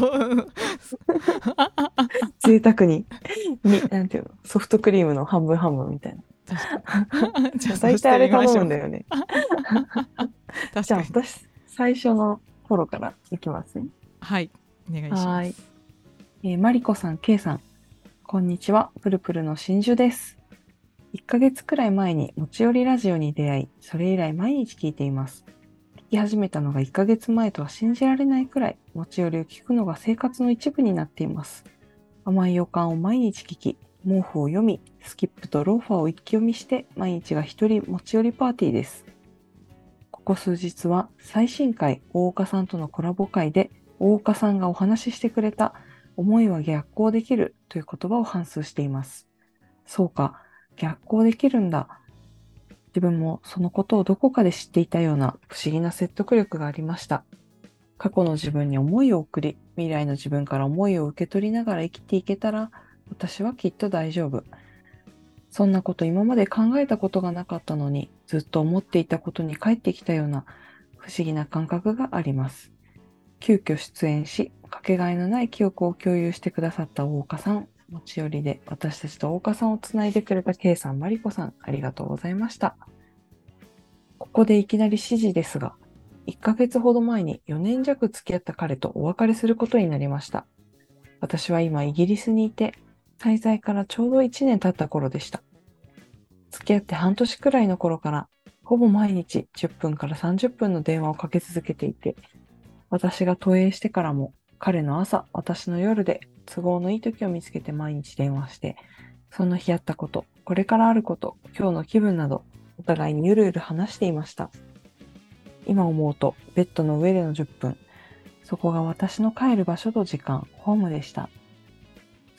Speaker 2: 贅沢に、に、なんていうの、ソフトクリームの半分半分みたいな。
Speaker 1: 確かに。じゃあそうして
Speaker 2: 大体あれ頼
Speaker 1: みましょう。
Speaker 2: むんだよね。じゃあ
Speaker 1: 確かに。
Speaker 2: 私、最初の頃からいきますね。
Speaker 1: はい。お願いし
Speaker 2: はーい。
Speaker 1: ます。
Speaker 2: えーマリコさん、ケイさん、こんにちは。プルプルの真珠です。いっかげつくらい前に持ち寄りラジオに出会い、それ以来毎日聞いています。聞き始めたのがいっかげつまえとは信じられないくらい、持ち寄りを聞くのが生活の一部になっています。甘い予感を毎日聞き、毛布を読み、スキップとローファーを一気読みして、毎日が一人持ち寄りパーティーです。ここ数日は最新回大岡さんとのコラボ会で、大岡さんがお話ししてくれた思いは逆行できるという言葉を反芻しています。そうか、逆行できるんだ。自分もそのことをどこかで知っていたような不思議な説得力がありました。過去の自分に思いを送り、未来の自分から思いを受け取りながら生きていけたら、私はきっと大丈夫。そんなこと今まで考えたことがなかったのに、ずっと思っていたことに返ってきたような不思議な感覚があります。急遽出演し、かけがえのない記憶を共有してくださった大岡さん、持ち寄りで私たちと大岡さんをつないでくれた K さん、マリコさん、ありがとうございました。ここでいきなり指示ですが、いっかげつほど前によねん弱付き合った彼とお別れすることになりました。私は今イギリスにいて、滞在からちょうどいちねん経った頃でした。付き合って半年くらいの頃から、ほぼ毎日じゅっぷんからさんじゅっぷんの電話をかけ続けていて、私が投影してからも、彼の朝、私の夜で都合のいい時を見つけて毎日電話して、その日あったこと、これからあること、今日の気分など、お互いにゆるゆる話していました。今思うと、ベッドの上でのじゅっぷん、そこが私の帰る場所と時間、ホームでした。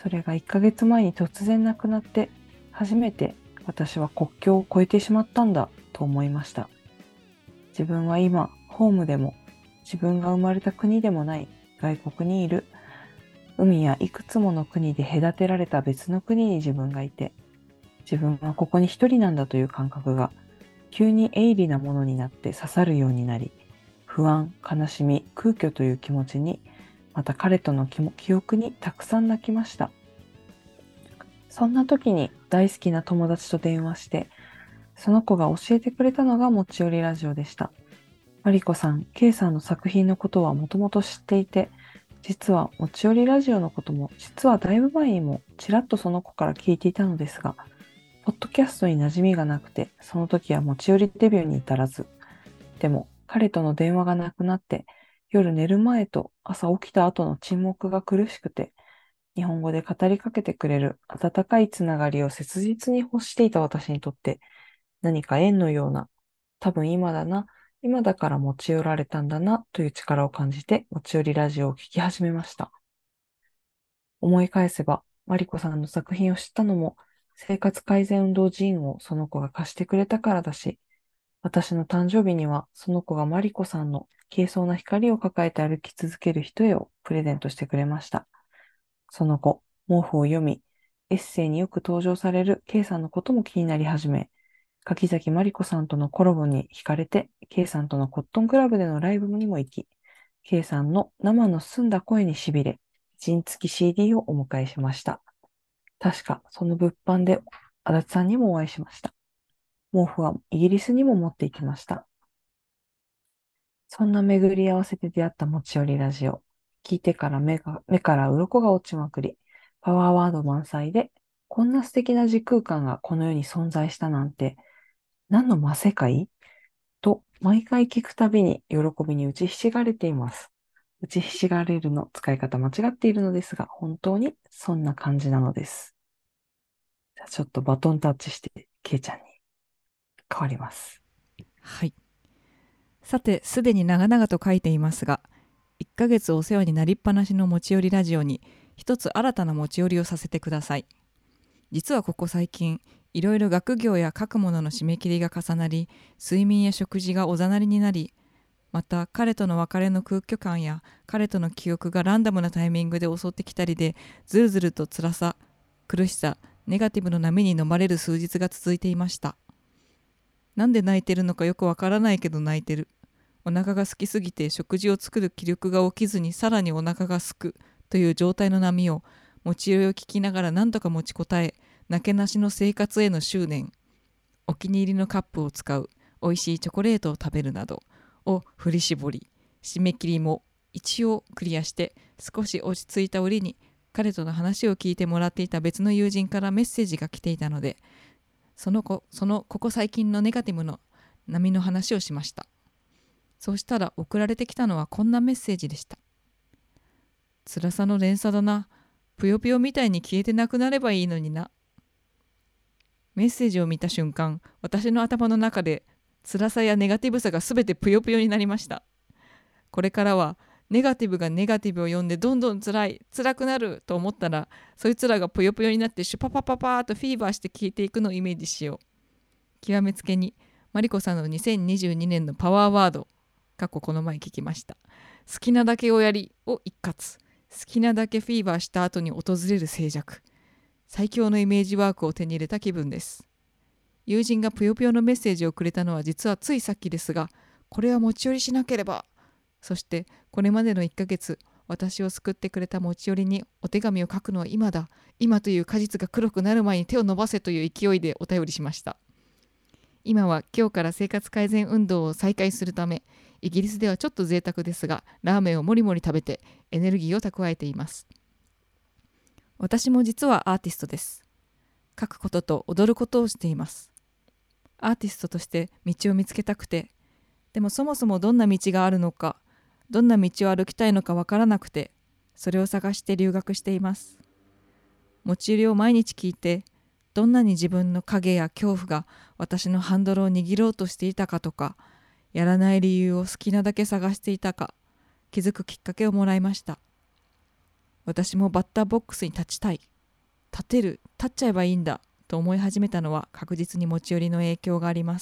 Speaker 2: それがいっかげつまえに突然なくなって、初めて私は国境を越えてしまったんだと思いました。自分は今、ホームでも、自分が生まれた国でもない外国にいる。海やいくつもの国で隔てられた別の国に自分がいて、自分はここに一人なんだという感覚が、急に鋭利なものになって刺さるようになり、不安、悲しみ、空虚という気持ちに、また彼との記憶にたくさん泣きました。そんな時に大好きな友達と電話して、その子が教えてくれたのが持ち寄りラジオでした。マリコさん、K さんの作品のことはもともと知っていて、実は持ち寄りラジオのことも実はだいぶ前にもちらっとその子から聞いていたのですが、ポッドキャストに馴染みがなくて、その時は持ち寄りデビューに至らず、でも彼との電話がなくなって、夜寝る前と朝起きた後の沈黙が苦しくて、日本語で語りかけてくれる温かいつながりを切実に欲していた私にとって、何か縁のような、多分今だな、今だから持ち寄られたんだなという力を感じて持ち寄りラジオを聞き始めました。思い返せば、マリコさんの作品を知ったのも、生活改善運動ジーンをその子が貸してくれたからだし、私の誕生日にはその子がマリコさんの軽装な光を抱えて歩き続ける人へをプレゼントしてくれました。その後、毛布を読み、エッセイによく登場される K さんのことも気になり始め、柿崎まりこさんとのコラボに惹かれて、K さんとのコットンクラブでのライブにも行き、K さんの生の澄んだ声に痺れ、陣付き シーディー をお迎えしました。確か、その物販で足立さんにもお会いしました。毛布はイギリスにも持って行きました。そんな巡り合わせて出会った持ち寄りラジオ。聞いてから目が、目から鱗が落ちまくり、パワーワード満載で、こんな素敵な時空間がこの世に存在したなんて、何の魔世界と毎回聞くたびに喜びに打ちひしがれています。打ちひしがれるの使い方間違っているのですが、本当にそんな感じなのです。じゃあちょっとバトンタッチして、ケイちゃんに変わります。
Speaker 1: はい。さて、すでに長々と書いていますが、いっかげつお世話になりっぱなしの持ち寄りラジオに一つ新たな持ち寄りをさせてください。実はここ最近、いろいろ学業や書くものの締め切りが重なり、睡眠や食事がおざなりになり、また彼との別れの空虚感や彼との記憶がランダムなタイミングで襲ってきたりで、ずるずると辛さ、苦しさ、ネガティブの波に飲まれる数日が続いていました。なんで泣いてるのかよくわからないけど泣いてる。お腹が空きすぎて食事を作る気力が起きずにさらにお腹が空くという状態の波を持ち寄りを聞きながら何とか持ちこたえ、なけなしの生活への執念、お気に入りのカップを使う、美味しいチョコレートを食べるなどを振り絞り、締め切りも一応クリアして少し落ち着いた折に彼との話を聞いてもらっていた別の友人からメッセージが来ていたので、その子、そのここ最近のネガティブの波の話をしました。そうしたら送られてきたのはこんなメッセージでした。辛さの連鎖だな。ぷよぷよみたいに消えてなくなればいいのにな。メッセージを見た瞬間、私の頭の中で辛さやネガティブさがすべてぷよぷよになりました。これからはネガティブがネガティブを読んでどんどん辛い、辛くなると思ったら、そいつらがぷよぷよになってシュパパパパーとフィーバーして消えていくのをイメージしよう。極めつけにマリコさんのにせんにじゅうにねんのパワーワード、過去この前聞きました。好きなだけおやりを一括。好きなだけフィーバーした後に訪れる静寂。最強のイメージワークを手に入れた気分です。友人がぷよぷよのメッセージをくれたのは実はついさっきですが、これは持ち寄りしなければ。そしてこれまでのいっかげつ、私を救ってくれた持ち寄りにお手紙を書くのは今だ。今という果実が黒くなる前に手を伸ばせという勢いでお便りしました。今は今日から生活改善運動を再開するため、イギリスではちょっと贅沢ですが、ラーメンをもりもり食べてエネルギーを蓄えています。私も実はアーティストです。書くことと踊ることをしています。アーティストとして道を見つけたくて、でもそもそもどんな道があるのか、どんな道を歩きたいのかわからなくて、それを探して留学しています。持ち寄りを毎日聞いて、どんなに自分の影や恐怖が私のハンドルを握ろうとしていたかとか、やらない理由を好きなだけ探していたか、気づくきっかけをもらいました。私もバッターボックスに立ちたい。 立てる、立っちゃえばいいんだと思い始めたのは確実に持ち寄りの影響があります。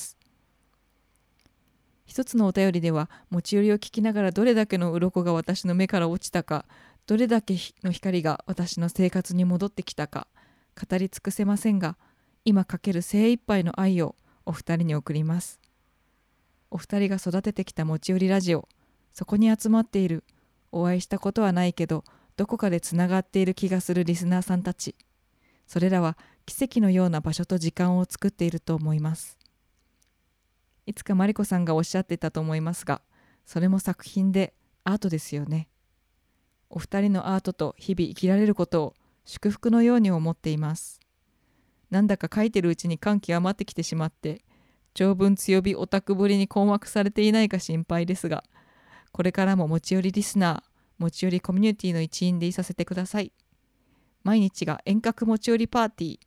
Speaker 1: 一つのお便りでは、持ち寄りを聞きながらどれだけの鱗が私の目から落ちたか、どれだけの光が私の生活に戻ってきたか語り尽くせませんが、今かける精一杯の愛をお二人に送ります。お二人が育ててきた持ち寄りラジオ、そこに集まっている、お会いしたことはないけどどこかでつながっている気がするリスナーさんたち、それらは奇跡のような場所と時間を作っていると思います。いつかマリコさんがおっしゃってたと思いますが、それも作品でアートですよね。お二人のアートと日々生きられることを祝福のように思っています。なんだか書いてるうちに感極まってきてしまって、長文強火オタクぶりに困惑されていないか心配ですが、これからも持ち寄りリスナー、持ち寄りコミュニティの一員でいさせてください。毎日が遠隔持ち寄りパーティー。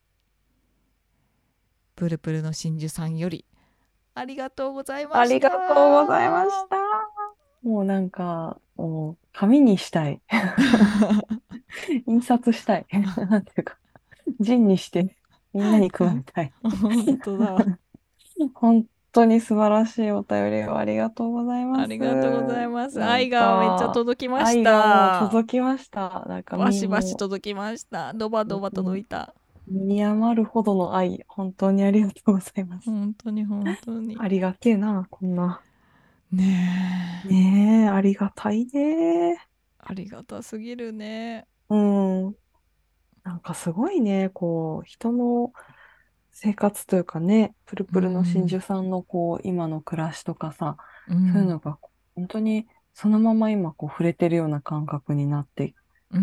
Speaker 1: プルプルの真珠さんよりありがとうございました。
Speaker 2: ありがとうございました。もうなんか、もう紙にしたい。印刷したい。なんていうか、ジンにしてみんなに配りたい。
Speaker 1: 本当だ。
Speaker 2: 本当に素晴らしいお便りをありがとうございます。
Speaker 1: ありがとうございます。
Speaker 2: なん
Speaker 1: 愛がめっちゃ
Speaker 2: か、
Speaker 1: 届きまし
Speaker 2: 愛がもう
Speaker 1: た。
Speaker 2: 届きました。なんか
Speaker 1: バシバシ
Speaker 2: も
Speaker 1: 届きました。ドバドバ届いた。
Speaker 2: う、身に余るほどの愛、本当にありがとうございます。
Speaker 1: 本当に本当に。
Speaker 2: ありがてえな、こんな。
Speaker 1: ねえ。
Speaker 2: ねえ、ありがたいね。
Speaker 1: ありがたすぎるね。
Speaker 2: うん。なんかすごいね、こう、人の生活というかね、プル
Speaker 1: う
Speaker 2: プルの真
Speaker 1: ん。
Speaker 2: 珠さんのこう、今の暮らしとかさ、
Speaker 1: うん。
Speaker 2: そういうのが本当にそのまま今こう触れてるような感覚になって、
Speaker 1: うん。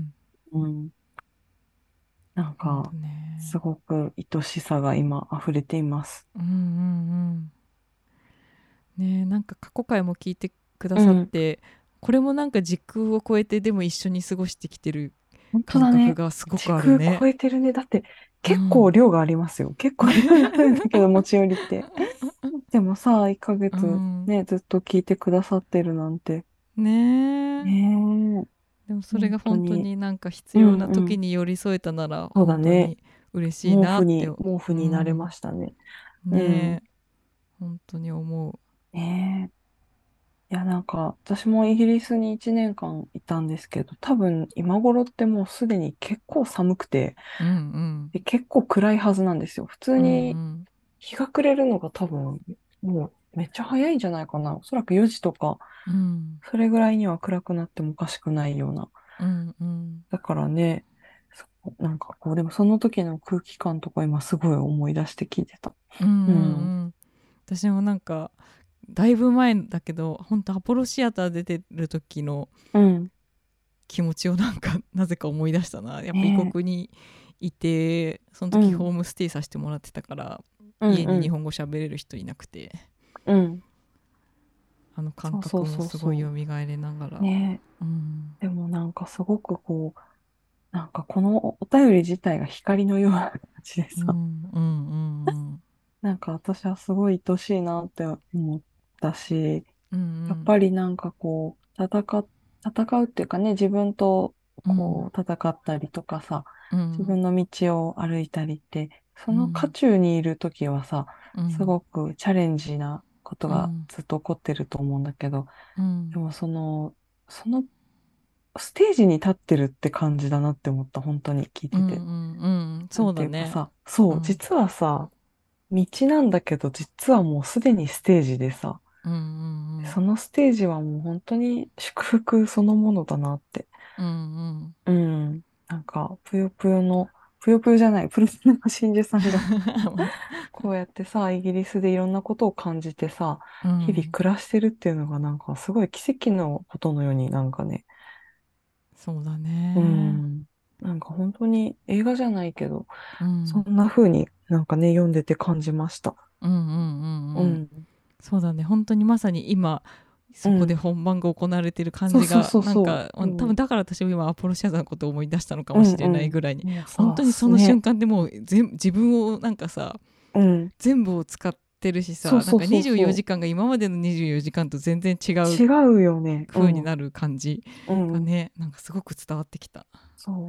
Speaker 2: うん、なん
Speaker 1: 本当
Speaker 2: かす
Speaker 1: ね。
Speaker 2: ごく愛しさが今溢れています。
Speaker 1: うんうんうん。ねえ、なんか過去回も聞いてくだ
Speaker 2: うん、
Speaker 1: さって、これもなんか時空を超えてでも一緒に過ごしてきてる
Speaker 2: 本当
Speaker 1: 感覚
Speaker 2: だね。
Speaker 1: がすごく
Speaker 2: 時空
Speaker 1: あるね。
Speaker 2: 超えてるね。だって結構
Speaker 1: うん。
Speaker 2: 量がありますよ。結構量があるんだけど、持ち寄りって。でもさ、いっかげ
Speaker 1: う
Speaker 2: つ
Speaker 1: ん。
Speaker 2: ね、ずっと聞いてくださってるなんて。
Speaker 1: ねえ。
Speaker 2: ねえ、
Speaker 1: でもそれ
Speaker 2: 本
Speaker 1: が本当
Speaker 2: 当に。
Speaker 1: になんか必
Speaker 2: う
Speaker 1: 要な
Speaker 2: んうん。
Speaker 1: 時に寄り添えたなら
Speaker 2: そうだね。
Speaker 1: 本当に嬉しい
Speaker 2: 毛
Speaker 1: なって、
Speaker 2: 布に、毛布
Speaker 1: う
Speaker 2: になれま
Speaker 1: ん、
Speaker 2: したね。うん。
Speaker 1: ねえ、本当に思う。
Speaker 2: ねえ。いや、なんか、私もイギリスにいちねんかんいたんですけど、多分今頃ってもうすでに結構寒くて、
Speaker 1: うんうん
Speaker 2: で、結構暗いはずなんですよ。普通
Speaker 1: う
Speaker 2: に
Speaker 1: ん
Speaker 2: 日が暮れるのが多分、もうめっちゃ早いんじゃないかな。おそらくよじとか、
Speaker 1: うん
Speaker 2: それぐらいには暗くなってもおかしくないような。
Speaker 1: うんうん
Speaker 2: だからね、そなんかこう、でもその時の空気感とか今すごい思い出して聞いてた。
Speaker 1: うんうん
Speaker 2: うん。
Speaker 1: うん。私もなんかだいぶ前だけど本当アポロシアター出てる時の
Speaker 2: うん。
Speaker 1: 気持ちをなんかなぜか思い出したな。やっぱ異
Speaker 2: ね
Speaker 1: 国にいて、その
Speaker 2: え。うん。
Speaker 1: 時ホームステイさせてもらってたから
Speaker 2: うんうん。
Speaker 1: 家に日本語喋れる人いなくて、
Speaker 2: うん。
Speaker 1: あの感
Speaker 2: そうそう
Speaker 1: 覚もすごい蘇
Speaker 2: そうそ
Speaker 1: りなが
Speaker 2: う。
Speaker 1: ら、
Speaker 2: ね
Speaker 1: うん、
Speaker 2: え。でもなんかすごくこう、なんかこのお便り自体が光のような感じで
Speaker 1: うん、
Speaker 2: さ、
Speaker 1: うん、うん、
Speaker 2: なんか私はすごい愛しいなって思ったし、
Speaker 1: うん、
Speaker 2: やっぱりなんかこう、戦っ、戦うっていうかね、自分と
Speaker 1: うん、
Speaker 2: こう戦ったりとかさ、
Speaker 1: うん、
Speaker 2: 自分の道を歩いたりって、その渦
Speaker 1: うん、
Speaker 2: 中にいるときはさ、す
Speaker 1: うん、
Speaker 2: ごくチャレンジなことが
Speaker 1: うん、
Speaker 2: ずっと起こってると思うんだけど、
Speaker 1: うん、
Speaker 2: でもその、そのステージに立ってるって感じだなって思った、本当に聞い
Speaker 1: うん、
Speaker 2: てて。
Speaker 1: うん、
Speaker 2: なん
Speaker 1: そうだね。
Speaker 2: ていうかさ、そう、
Speaker 1: うん、
Speaker 2: 実はさ、道なんだけど、実はもうすでにステージでさ、
Speaker 1: うん、
Speaker 2: そのステージはもう本当に祝福そのものだなって。
Speaker 1: うん、うん、
Speaker 2: うん。なんか、ぷよぷよの、ぷよぷよじゃない、プルプルの真珠さんがこうやってさ、イギリスでいろんなことを感じてさ、
Speaker 1: う
Speaker 2: 日々
Speaker 1: ん、
Speaker 2: 暮らしてるっていうのがなんかすごい奇跡のことのようになんかね、
Speaker 1: そうだ
Speaker 2: う
Speaker 1: ね。
Speaker 2: ん。なんか本当に映画じゃないけど、
Speaker 1: うん、
Speaker 2: そんな風になんかね、読んでて感じました。
Speaker 1: うん、うん、うん、うん。
Speaker 2: うん。
Speaker 1: そうだね。本当にまさに今、そこで
Speaker 2: うん。
Speaker 1: 本番が行われている感
Speaker 2: そうそう
Speaker 1: じが、
Speaker 2: そうそ
Speaker 1: なんか、
Speaker 2: う。
Speaker 1: うん、多
Speaker 2: うん。
Speaker 1: 分だから私も今アポロシアターのことを思い出したのか
Speaker 2: うん
Speaker 1: もしれないぐらいに、
Speaker 2: うん。もうさ、
Speaker 1: 本当にその瞬
Speaker 2: ね。
Speaker 1: 間でもう全自分をなんかさ、
Speaker 2: うん。
Speaker 1: 全部を使ってるしさ、なんか
Speaker 2: そうそうそう
Speaker 1: 24時
Speaker 2: そ
Speaker 1: 間が今までのにじゅうよじかんと全然違
Speaker 2: う。
Speaker 1: う
Speaker 2: 違うよね。うん。
Speaker 1: 風になる感じ
Speaker 2: うん。
Speaker 1: がね、なんかすごく伝わってきた。
Speaker 2: そう。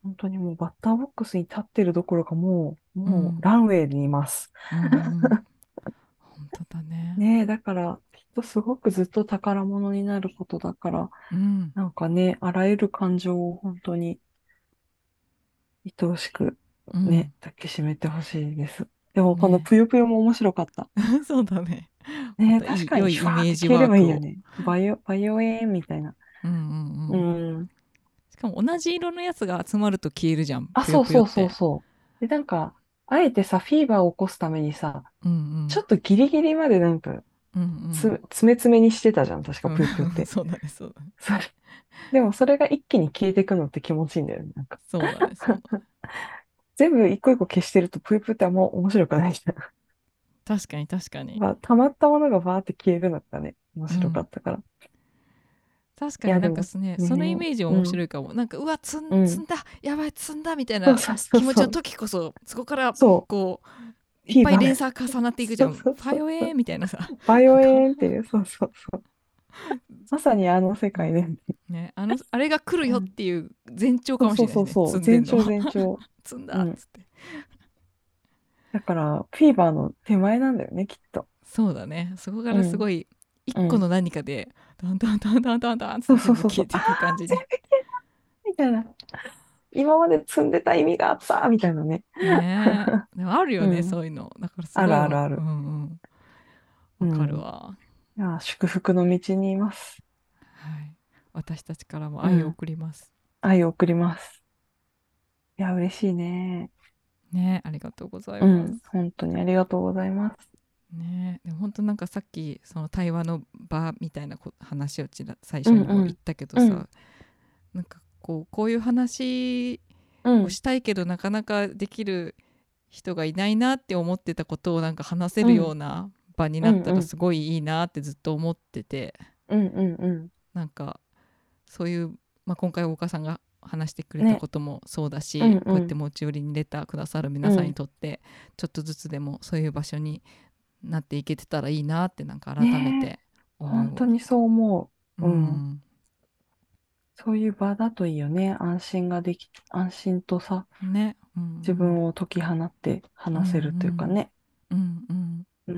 Speaker 2: 本当にもうバッターボックスに立ってるどころかもう、もう
Speaker 1: うん
Speaker 2: ランウェイにいます。
Speaker 1: うんうん本当だね。
Speaker 2: ねえ、だからきっとすごくずっと宝物になることだから、
Speaker 1: うん
Speaker 2: なんかね、あらゆる感情を本当に愛おしくね、
Speaker 1: うん
Speaker 2: 抱きしめてほしいです。でもこの
Speaker 1: ね
Speaker 2: ぷよぷよも面白かった。
Speaker 1: そうだね。ま
Speaker 2: ねえ、
Speaker 1: たいい良
Speaker 2: 確かにファー
Speaker 1: いイメージ
Speaker 2: って消えれ
Speaker 1: ワークを。
Speaker 2: ばいいよね。バイオ、バイオエーンみたいな。
Speaker 1: うんうんう
Speaker 2: う
Speaker 1: ん。
Speaker 2: ん。
Speaker 1: しかも同じ色のやつが集まると消えるじゃん、
Speaker 2: あ、
Speaker 1: ぷよ
Speaker 2: そうそうそう
Speaker 1: ぷよって。
Speaker 2: そう。で、なんか、あえてさ、フィーバーを起こすためにさ、
Speaker 1: うん
Speaker 2: ちょっとギリギリまでなんか、
Speaker 1: うんうん
Speaker 2: つ、詰め詰めにしてたじゃん、確か
Speaker 1: うん
Speaker 2: ぷよぷよっ
Speaker 1: うん
Speaker 2: て。
Speaker 1: そうだねそうだね
Speaker 2: それ、でもそれが一気に消えていくのって気持ちいいんだよね、なんか。
Speaker 1: そうだねそうだね。
Speaker 2: 全部一個一個消してるとぷよぷよってあんま面白くないじゃん。
Speaker 1: 確かに確かに。
Speaker 2: まあ、溜まったものがバーって消えるのがね、面白か
Speaker 1: うん。
Speaker 2: ったから。
Speaker 1: 確かに
Speaker 2: いや、でも、
Speaker 1: なんかすね、そのイ
Speaker 2: ね、
Speaker 1: メージも
Speaker 2: うん、
Speaker 1: 面白いかも。なんか、うわ、積ん、
Speaker 2: うん。
Speaker 1: 積んだ、やばい、積んだみたいな
Speaker 2: そうそうそう
Speaker 1: 気持ち
Speaker 2: そう。
Speaker 1: の時こそ、そこから、
Speaker 2: そう。
Speaker 1: こう、いっぱい
Speaker 2: フィーバーが。
Speaker 1: 連鎖重なっていくじゃ
Speaker 2: そう
Speaker 1: ん。フ
Speaker 2: そうそう
Speaker 1: ァイオエー
Speaker 2: そう。
Speaker 1: みたいなさ。
Speaker 2: バイオ
Speaker 1: なんか、
Speaker 2: エーンっていう、そうそうそう。まさにあの世界で。
Speaker 1: ね、あの、あれが来るよっ
Speaker 2: うん。
Speaker 1: ていう前兆
Speaker 2: そうそう
Speaker 1: かもしれないですね。
Speaker 2: そうそう。
Speaker 1: 積んでんの。
Speaker 2: 前兆前兆。
Speaker 1: 積ん
Speaker 2: うん。
Speaker 1: だっつって。
Speaker 2: だから、フィーバーの手前なんだよね、きっと。
Speaker 1: そうだね。そこか
Speaker 2: うん。
Speaker 1: らすごい、一
Speaker 2: うん。
Speaker 1: 個の何かで、だんだんだんだんだんだんっつって
Speaker 2: そうそうそうそう。
Speaker 1: 全部消えて
Speaker 2: ああ、
Speaker 1: いく感じに。
Speaker 2: 全部消えたみたいな。今まで積んでた意味があったみたいなね。
Speaker 1: ねえ。でもあるよね、
Speaker 2: うん。
Speaker 1: そういうの。だからす
Speaker 2: あ
Speaker 1: ごいわ。
Speaker 2: るあるある。
Speaker 1: うんうん。わかる
Speaker 2: うん。
Speaker 1: わ。
Speaker 2: いや、祝福の道にいます。
Speaker 1: はい。私たちからも愛を
Speaker 2: うん。
Speaker 1: 送ります。
Speaker 2: 愛を送ります。いや、嬉しいね。
Speaker 1: ね、ありがとうござい
Speaker 2: うん。
Speaker 1: ます。
Speaker 2: 本当にありがとうございます。
Speaker 1: ね、でも本当なんかさっきその対話の場みたいなこ話をちら最初にも言っ
Speaker 2: うんうん。
Speaker 1: たけど
Speaker 2: うん。
Speaker 1: さ、なんかこうこういう話
Speaker 2: うん。
Speaker 1: をしたいけどなかなかできる人がいないなって思ってたことをなんか話せるよ
Speaker 2: うん。
Speaker 1: うな場になった
Speaker 2: うんうん。
Speaker 1: らすごいいいなってずっと思ってて、
Speaker 2: うんうんうん。
Speaker 1: なんかそういう、まあ、今回大岡さんが話してくれた
Speaker 2: ね。
Speaker 1: こともそうだ
Speaker 2: うん
Speaker 1: し、こうやって
Speaker 2: うん。
Speaker 1: 持ち寄りにレターくださる皆さんに
Speaker 2: うん。
Speaker 1: とってちょっとずつでもそういう場所になっていけてたらいいなってなんか改め
Speaker 2: ねえ。
Speaker 1: て思
Speaker 2: 本当にそう思
Speaker 1: う。う
Speaker 2: う。うん。
Speaker 1: ん。
Speaker 2: そういう場だといいよね。安心ができ、安心とさ、
Speaker 1: ね。うんう
Speaker 2: 自
Speaker 1: ん。
Speaker 2: 分を解き放って
Speaker 1: うんう
Speaker 2: 話せるというか
Speaker 1: ん。
Speaker 2: ね。
Speaker 1: うんうん。
Speaker 2: うん。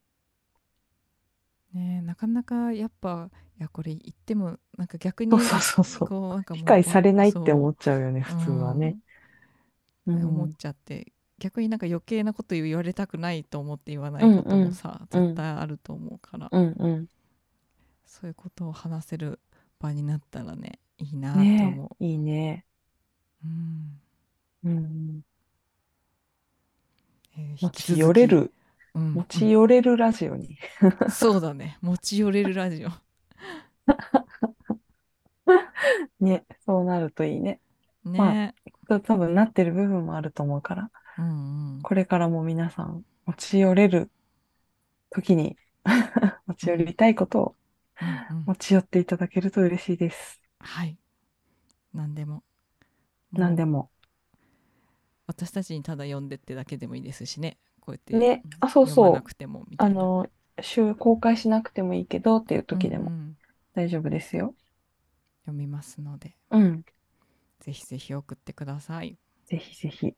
Speaker 1: ね、なかなかやっぱいやこれ言ってもなんか逆
Speaker 2: そうそう
Speaker 1: に
Speaker 2: そうそう。
Speaker 1: こうなんか
Speaker 2: 理
Speaker 1: もうわ
Speaker 2: 解されないって思
Speaker 1: そ
Speaker 2: っちゃうよね、
Speaker 1: う、
Speaker 2: 普
Speaker 1: う
Speaker 2: 通はね。
Speaker 1: ん、思っ
Speaker 2: うん。
Speaker 1: ちゃって逆になんか余計なこと言われたくないと思って言わな
Speaker 2: う
Speaker 1: いこと
Speaker 2: んうん。
Speaker 1: もさ
Speaker 2: うん。
Speaker 1: 絶対あると思うから、
Speaker 2: うんうん。
Speaker 1: そういうことを話せる場になったらねいいなって
Speaker 2: ね
Speaker 1: 思
Speaker 2: え。いいね。
Speaker 1: う、うん
Speaker 2: うん。
Speaker 1: えー引き
Speaker 2: 持ち
Speaker 1: 続き
Speaker 2: 寄れる、持
Speaker 1: うんうん
Speaker 2: ち寄れるラジオに。
Speaker 1: そうだね持ち寄れるラジオ
Speaker 2: ね。そうなるといいね。ま
Speaker 1: ね
Speaker 2: あ、多分なってる部分もあると思うから、
Speaker 1: うんうん
Speaker 2: これからも皆さん、持ち寄れる時に持ち
Speaker 1: うん
Speaker 2: 寄りたいことを
Speaker 1: うんうん
Speaker 2: 持ち寄っていただけると嬉しいです。
Speaker 1: はい何でももう
Speaker 2: 何でも。
Speaker 1: 私たちにただ読んでってだけでもいいですしねこうやって
Speaker 2: ね。あ、そうそう。
Speaker 1: 読まなくてもみたいな。
Speaker 2: あの、週公開しなくてもいいけどっていう
Speaker 1: うんう
Speaker 2: 時でも
Speaker 1: ん
Speaker 2: 大丈夫ですよ。
Speaker 1: 読みますので
Speaker 2: うん。
Speaker 1: ぜひぜひ送ってください。
Speaker 2: ぜひぜひ。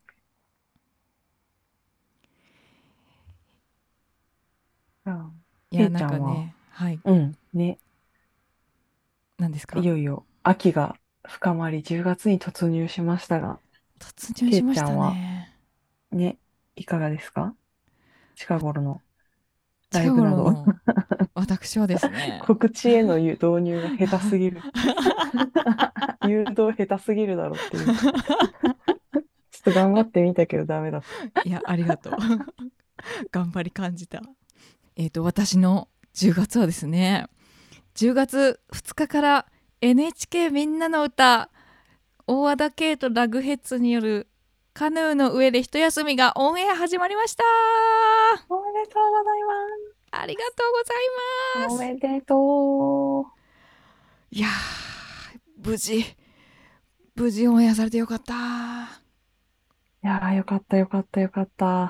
Speaker 2: あ、
Speaker 1: いやなん
Speaker 2: けいちゃんは、
Speaker 1: かねはい
Speaker 2: うん。ね。
Speaker 1: 何ですか。
Speaker 2: いよいよ秋が深まりじゅうがつに突入しましたが、
Speaker 1: 突入
Speaker 2: けい
Speaker 1: しました
Speaker 2: ちゃんは
Speaker 1: ね。
Speaker 2: ね、いかがですか？近頃のライ
Speaker 1: 近
Speaker 2: ブなど。
Speaker 1: 頃の私はですね
Speaker 2: 告知への導入が下手すぎる。誘導下手すぎるだろっていう。ちょっと頑張ってみたけどダメだった。
Speaker 1: いやありがとう頑張り感じた。えっ、と私のじゅうがつはですねじゅうがつふつかから エヌエイチケー みんなの歌大和田圭とラグヘッズによるカヌーの上で一休みがオンエア始まりました。
Speaker 2: おめでとうございま
Speaker 1: ありがとうござい
Speaker 2: す。お
Speaker 1: ます。
Speaker 2: めでとう。
Speaker 1: いやー無事無事オンエアされてよかった。
Speaker 2: いやー、よかったよかったよかった。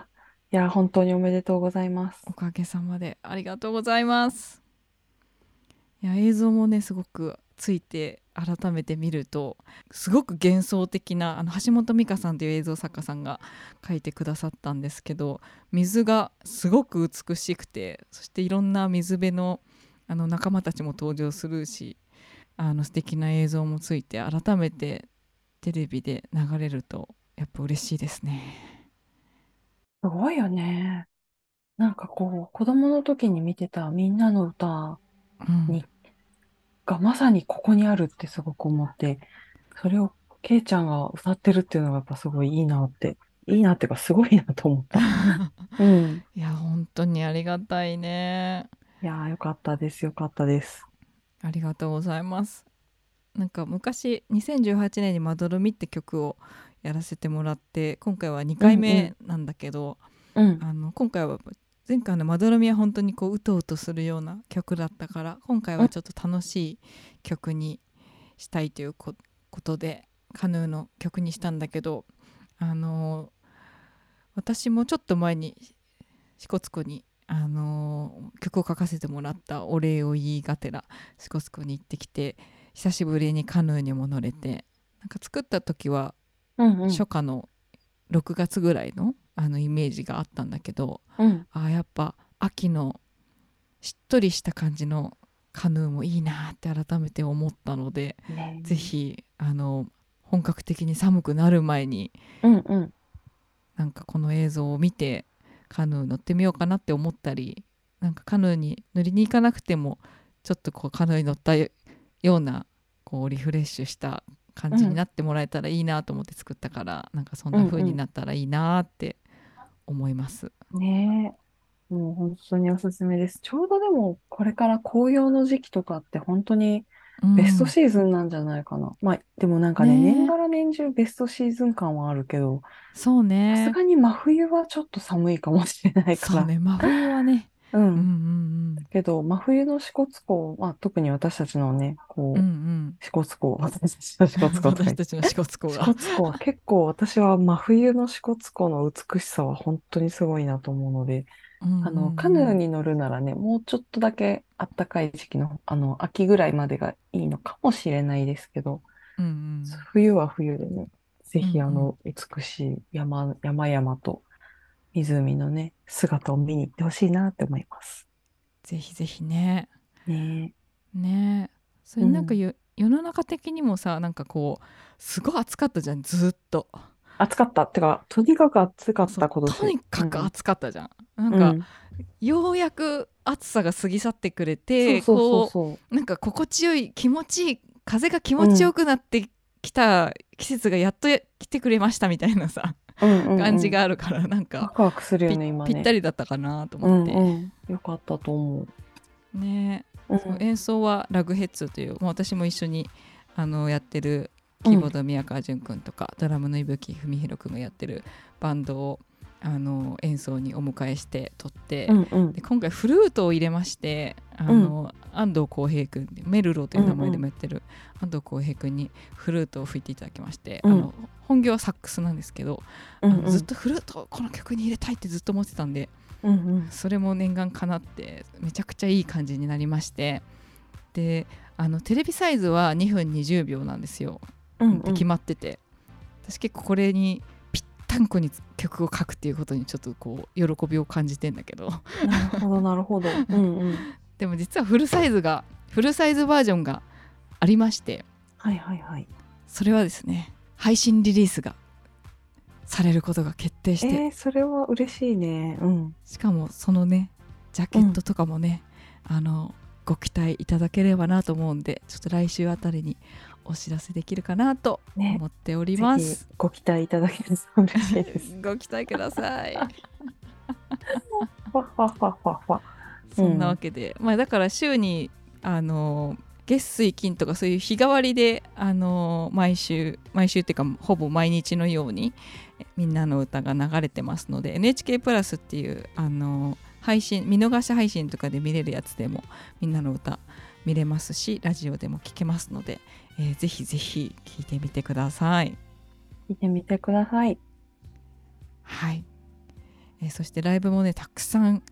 Speaker 2: いやー、本当におめでとうございます。
Speaker 1: おかげさまでありがとうございます。いや映像もねすごくついて改めて見るとすごく幻想的な、あの橋本美香さんという映像作家さんが描いてくださったんですけど、水がすごく美しくて、そしていろんな水辺の、あの仲間たちも登場するし、あの素敵な映像もついて、改めてテレビで流れるとやっぱ嬉しいですね。
Speaker 2: すごいよね。なんかこう、子供の時に見てたみんなの歌
Speaker 1: うん
Speaker 2: に、がまさにここにあるってすごく思って、それをケイちゃんが歌ってるっていうのがやっぱすごいいいなって、いいなっていうかすごいなと思った。うん。
Speaker 1: いや本当にありがたいね。
Speaker 2: いやー、よかったです。よかったです。
Speaker 1: ありがとうございます。なんか昔にせんじゅうはちねんに「まどろみ」って曲をやらせてもらって、今回は2回
Speaker 2: うんうん。
Speaker 1: 目なんだけど、
Speaker 2: うん。
Speaker 1: あの今回は前回の「まどろみ」は本当にこううとうとするような曲だったから、今回
Speaker 2: うん。
Speaker 1: はちょっと楽しい曲にしたいというこことでカヌーの曲にしたんだけど、あの私もちょっと前に支笏湖にあの曲を書かせてもらったお礼を言いがてら支笏湖に行ってきて、久しぶりにカヌーにも乗れて、なんか作った時は
Speaker 2: うんうん。
Speaker 1: 初夏のろくがつぐらいのあのイメージがあったんだけど、
Speaker 2: うん。
Speaker 1: あやっぱ秋のしっとりした感じのカヌーもいいなって改めて思ったので、
Speaker 2: ね
Speaker 1: ぜひあの本格的に寒くなる前に
Speaker 2: え。うんうん。
Speaker 1: なんかこの映像を見てカヌー乗ってみようかなって思ったり、なんかカヌーに乗りに行かなくてもちょっとこうカヌーに乗ったようなこうリフレッシュした感じに
Speaker 2: うん。
Speaker 1: なってもらえたらいいなと思って作ったから、なんかそんな風に
Speaker 2: うんう
Speaker 1: なったらいいなって思います。
Speaker 2: ん。ねえ。もう本当におすすめです。ちょうどでもこれから紅葉の時期とかって本当にベスト
Speaker 1: うん、
Speaker 2: シーズンなんじゃないかな。まあでもなんかね、年
Speaker 1: ねえ、
Speaker 2: がら年中ベストシーズン感はあるけど、
Speaker 1: そう
Speaker 2: さす
Speaker 1: ね、
Speaker 2: がに真冬はちょっと寒いかもしれないから。
Speaker 1: そうね、真冬はね、
Speaker 2: うん。
Speaker 1: うんうん
Speaker 2: けど、真冬の支笏湖、まあ特に私たちのね、
Speaker 1: うんうんう
Speaker 2: こう、
Speaker 1: ん
Speaker 2: 支笏湖、私たちの支笏湖とか言って、
Speaker 1: 私たちの支笏湖
Speaker 2: 支
Speaker 1: が
Speaker 2: 笏湖は結構私は真冬の支笏湖の美しさは本当にすごいなと思うので、
Speaker 1: うんうんう
Speaker 2: あの、カヌー
Speaker 1: ん
Speaker 2: に乗るならね、もうちょっとだけ暖かい時期の、あの、秋ぐらいまでがいいのかもしれないですけど、
Speaker 1: うんうん
Speaker 2: 冬は冬でね、ぜ
Speaker 1: うんうん、
Speaker 2: ひあの、美しい山、山々と湖のね、姿を見に行ってほしいなって思います。
Speaker 1: ぜひぜひね。
Speaker 2: ね
Speaker 1: ねえ、そ
Speaker 2: え。うん。
Speaker 1: れなんかよ世の中的にもさ、なんかこうすごい暑かったじゃん、ずっと。
Speaker 2: 暑かった。ってか、とにかく暑かっ
Speaker 1: そう、
Speaker 2: た、今
Speaker 1: と
Speaker 2: 年。
Speaker 1: にかく
Speaker 2: うん。
Speaker 1: 暑かったじゃん。なんか
Speaker 2: うん。
Speaker 1: ようやく暑さが過ぎ去ってくれて、
Speaker 2: そうそうそう
Speaker 1: こ
Speaker 2: そ
Speaker 1: うなんか心地よい、気持ちいい、風が気
Speaker 2: う。う
Speaker 1: 持ちよ
Speaker 2: ん。
Speaker 1: くなってきた季節がやっと来てくれましたみたいなさ、
Speaker 2: うんうん
Speaker 1: 感じ
Speaker 2: うん。
Speaker 1: があるから、なんか
Speaker 2: ワクワクするよ
Speaker 1: ぴ、
Speaker 2: ね、今ね。
Speaker 1: ぴったりだったかなと思
Speaker 2: う
Speaker 1: って。
Speaker 2: んうん。よかったと思
Speaker 1: ね。
Speaker 2: う。う
Speaker 1: そう、
Speaker 2: ん。
Speaker 1: 演奏はラグヘッズという、もう私も一緒にあのやってるキーボー
Speaker 2: うん。
Speaker 1: ド宮川淳君とかドラムの伊吹文弘君がやってるバンドをあの演奏にお迎えして撮って、
Speaker 2: うんうん。
Speaker 1: で今回フルートを入れまして、あ
Speaker 2: うん。
Speaker 1: の安藤浩平君、メルロという名前で
Speaker 2: うんうん。
Speaker 1: もやってる安藤浩平君にフルートを吹いていただきまして、
Speaker 2: うん。
Speaker 1: あの本業はサックスなんですけど、あのずっ
Speaker 2: うんうん。
Speaker 1: とフルートをこの曲に入れたいってずっと思ってたんで、
Speaker 2: うんうん。
Speaker 1: それも念願かなってめちゃくちゃいい感じになりまして、であのテレビサイズはにふんにじゅうびょうなんですよ。で決
Speaker 2: うんうん。
Speaker 1: まってて、私結構これにぴったんこに曲を書くっていうことにちょっとこう喜びを感じてんだけど
Speaker 2: なるほど、なるほど。うんうん。
Speaker 1: でも実はフルサイズがフルサイズバージョンがありまして、
Speaker 2: はいはいはい。
Speaker 1: それはですね配信リリースがされることが決定して、
Speaker 2: えー、それは嬉しいね。うん。
Speaker 1: しかもそのねジャケ
Speaker 2: うん。
Speaker 1: ットとかもね、あのご期待いただければなと思うんで、ちょっと来週あたりにお知らせできるかなと
Speaker 2: ね。
Speaker 1: 思っており
Speaker 2: ぜひ
Speaker 1: ます。
Speaker 2: ご期待いただけると嬉しいです。
Speaker 1: ご期待ください。
Speaker 2: わっわっわっわっわ。う
Speaker 1: そんなわ
Speaker 2: ん。
Speaker 1: けで、まあ、だから週にあの月水金とかそういう日替わりであの毎週毎週っていうかほぼ毎日のようにみんなの歌が流れてますので、 エヌエイチケー プラスっていうあの配信見逃し配信とかで見れるやつでもみんなの歌見れますし、ラジオでも聴けますので、えーぜひぜひ聴いてみてください。
Speaker 2: 聞いてみてください。
Speaker 1: はい、えーそしてライブもねたくさん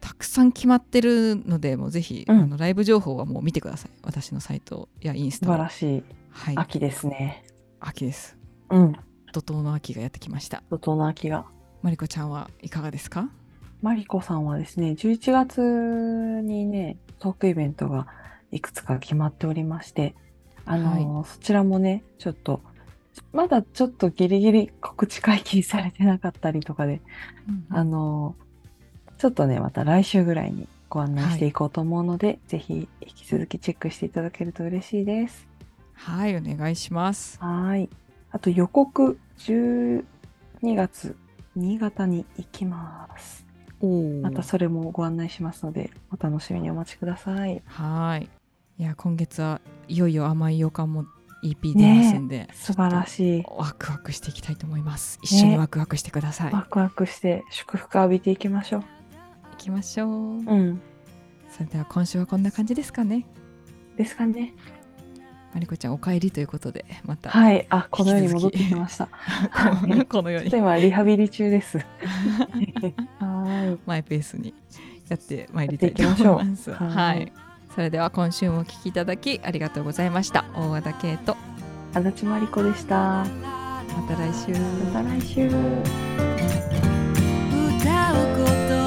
Speaker 1: たくさん決まってるので、もうぜひ、うん、あのライブ情報はもう見てください。私のサイトやインスタ。
Speaker 2: 素晴らしい、
Speaker 1: はい、
Speaker 2: 秋ですね。
Speaker 1: 秋です。
Speaker 2: うん。
Speaker 1: 怒涛の秋がやってきました。
Speaker 2: 怒涛の秋が。
Speaker 1: マリコちゃんはいかがですか？
Speaker 2: マリコさんはですね、じゅういちがつにね、トークイベントがいくつか決まっておりまして、あのーはい、そちらもね、ちょっと、まだちょっとギリギリ告知解禁されてなかったりとかで、うんうん、あのー、ちょっとね、また来週ぐらいにご案内していこうと思うので、はい、ぜひ引き続きチェックしていただけると嬉しいです。
Speaker 1: はい、お願いします。
Speaker 2: はい。あと予告、じゅうにがつ、新潟に行きます。またそれもご案内しますので、お楽しみにお待ちください。
Speaker 1: はい。いや、今月はいよいよ甘い予感も イーピー 出ますんで、ね、
Speaker 2: 素晴らしい。
Speaker 1: ワクワクしていきたいと思います。一緒にワクワクしてください。
Speaker 2: ね、ワクワクして祝福浴びていきましょう。
Speaker 1: 行きましょう。う
Speaker 2: ん。
Speaker 1: それでは今週はこんな感じですかね。
Speaker 2: ですかね。
Speaker 1: マリコちゃんお帰りということで、また。
Speaker 2: はい、あ、このように戻ってきました。
Speaker 1: このように。
Speaker 2: ちょっと今リハビリ中です。
Speaker 1: はい。マイペースにやってまいりたいと思います。はい、はい。それでは今週もお聞きいただきありがとうございました。大和田圭と
Speaker 2: 足立真理子でした。ま
Speaker 1: た来週。
Speaker 2: また来週。
Speaker 1: 歌うこと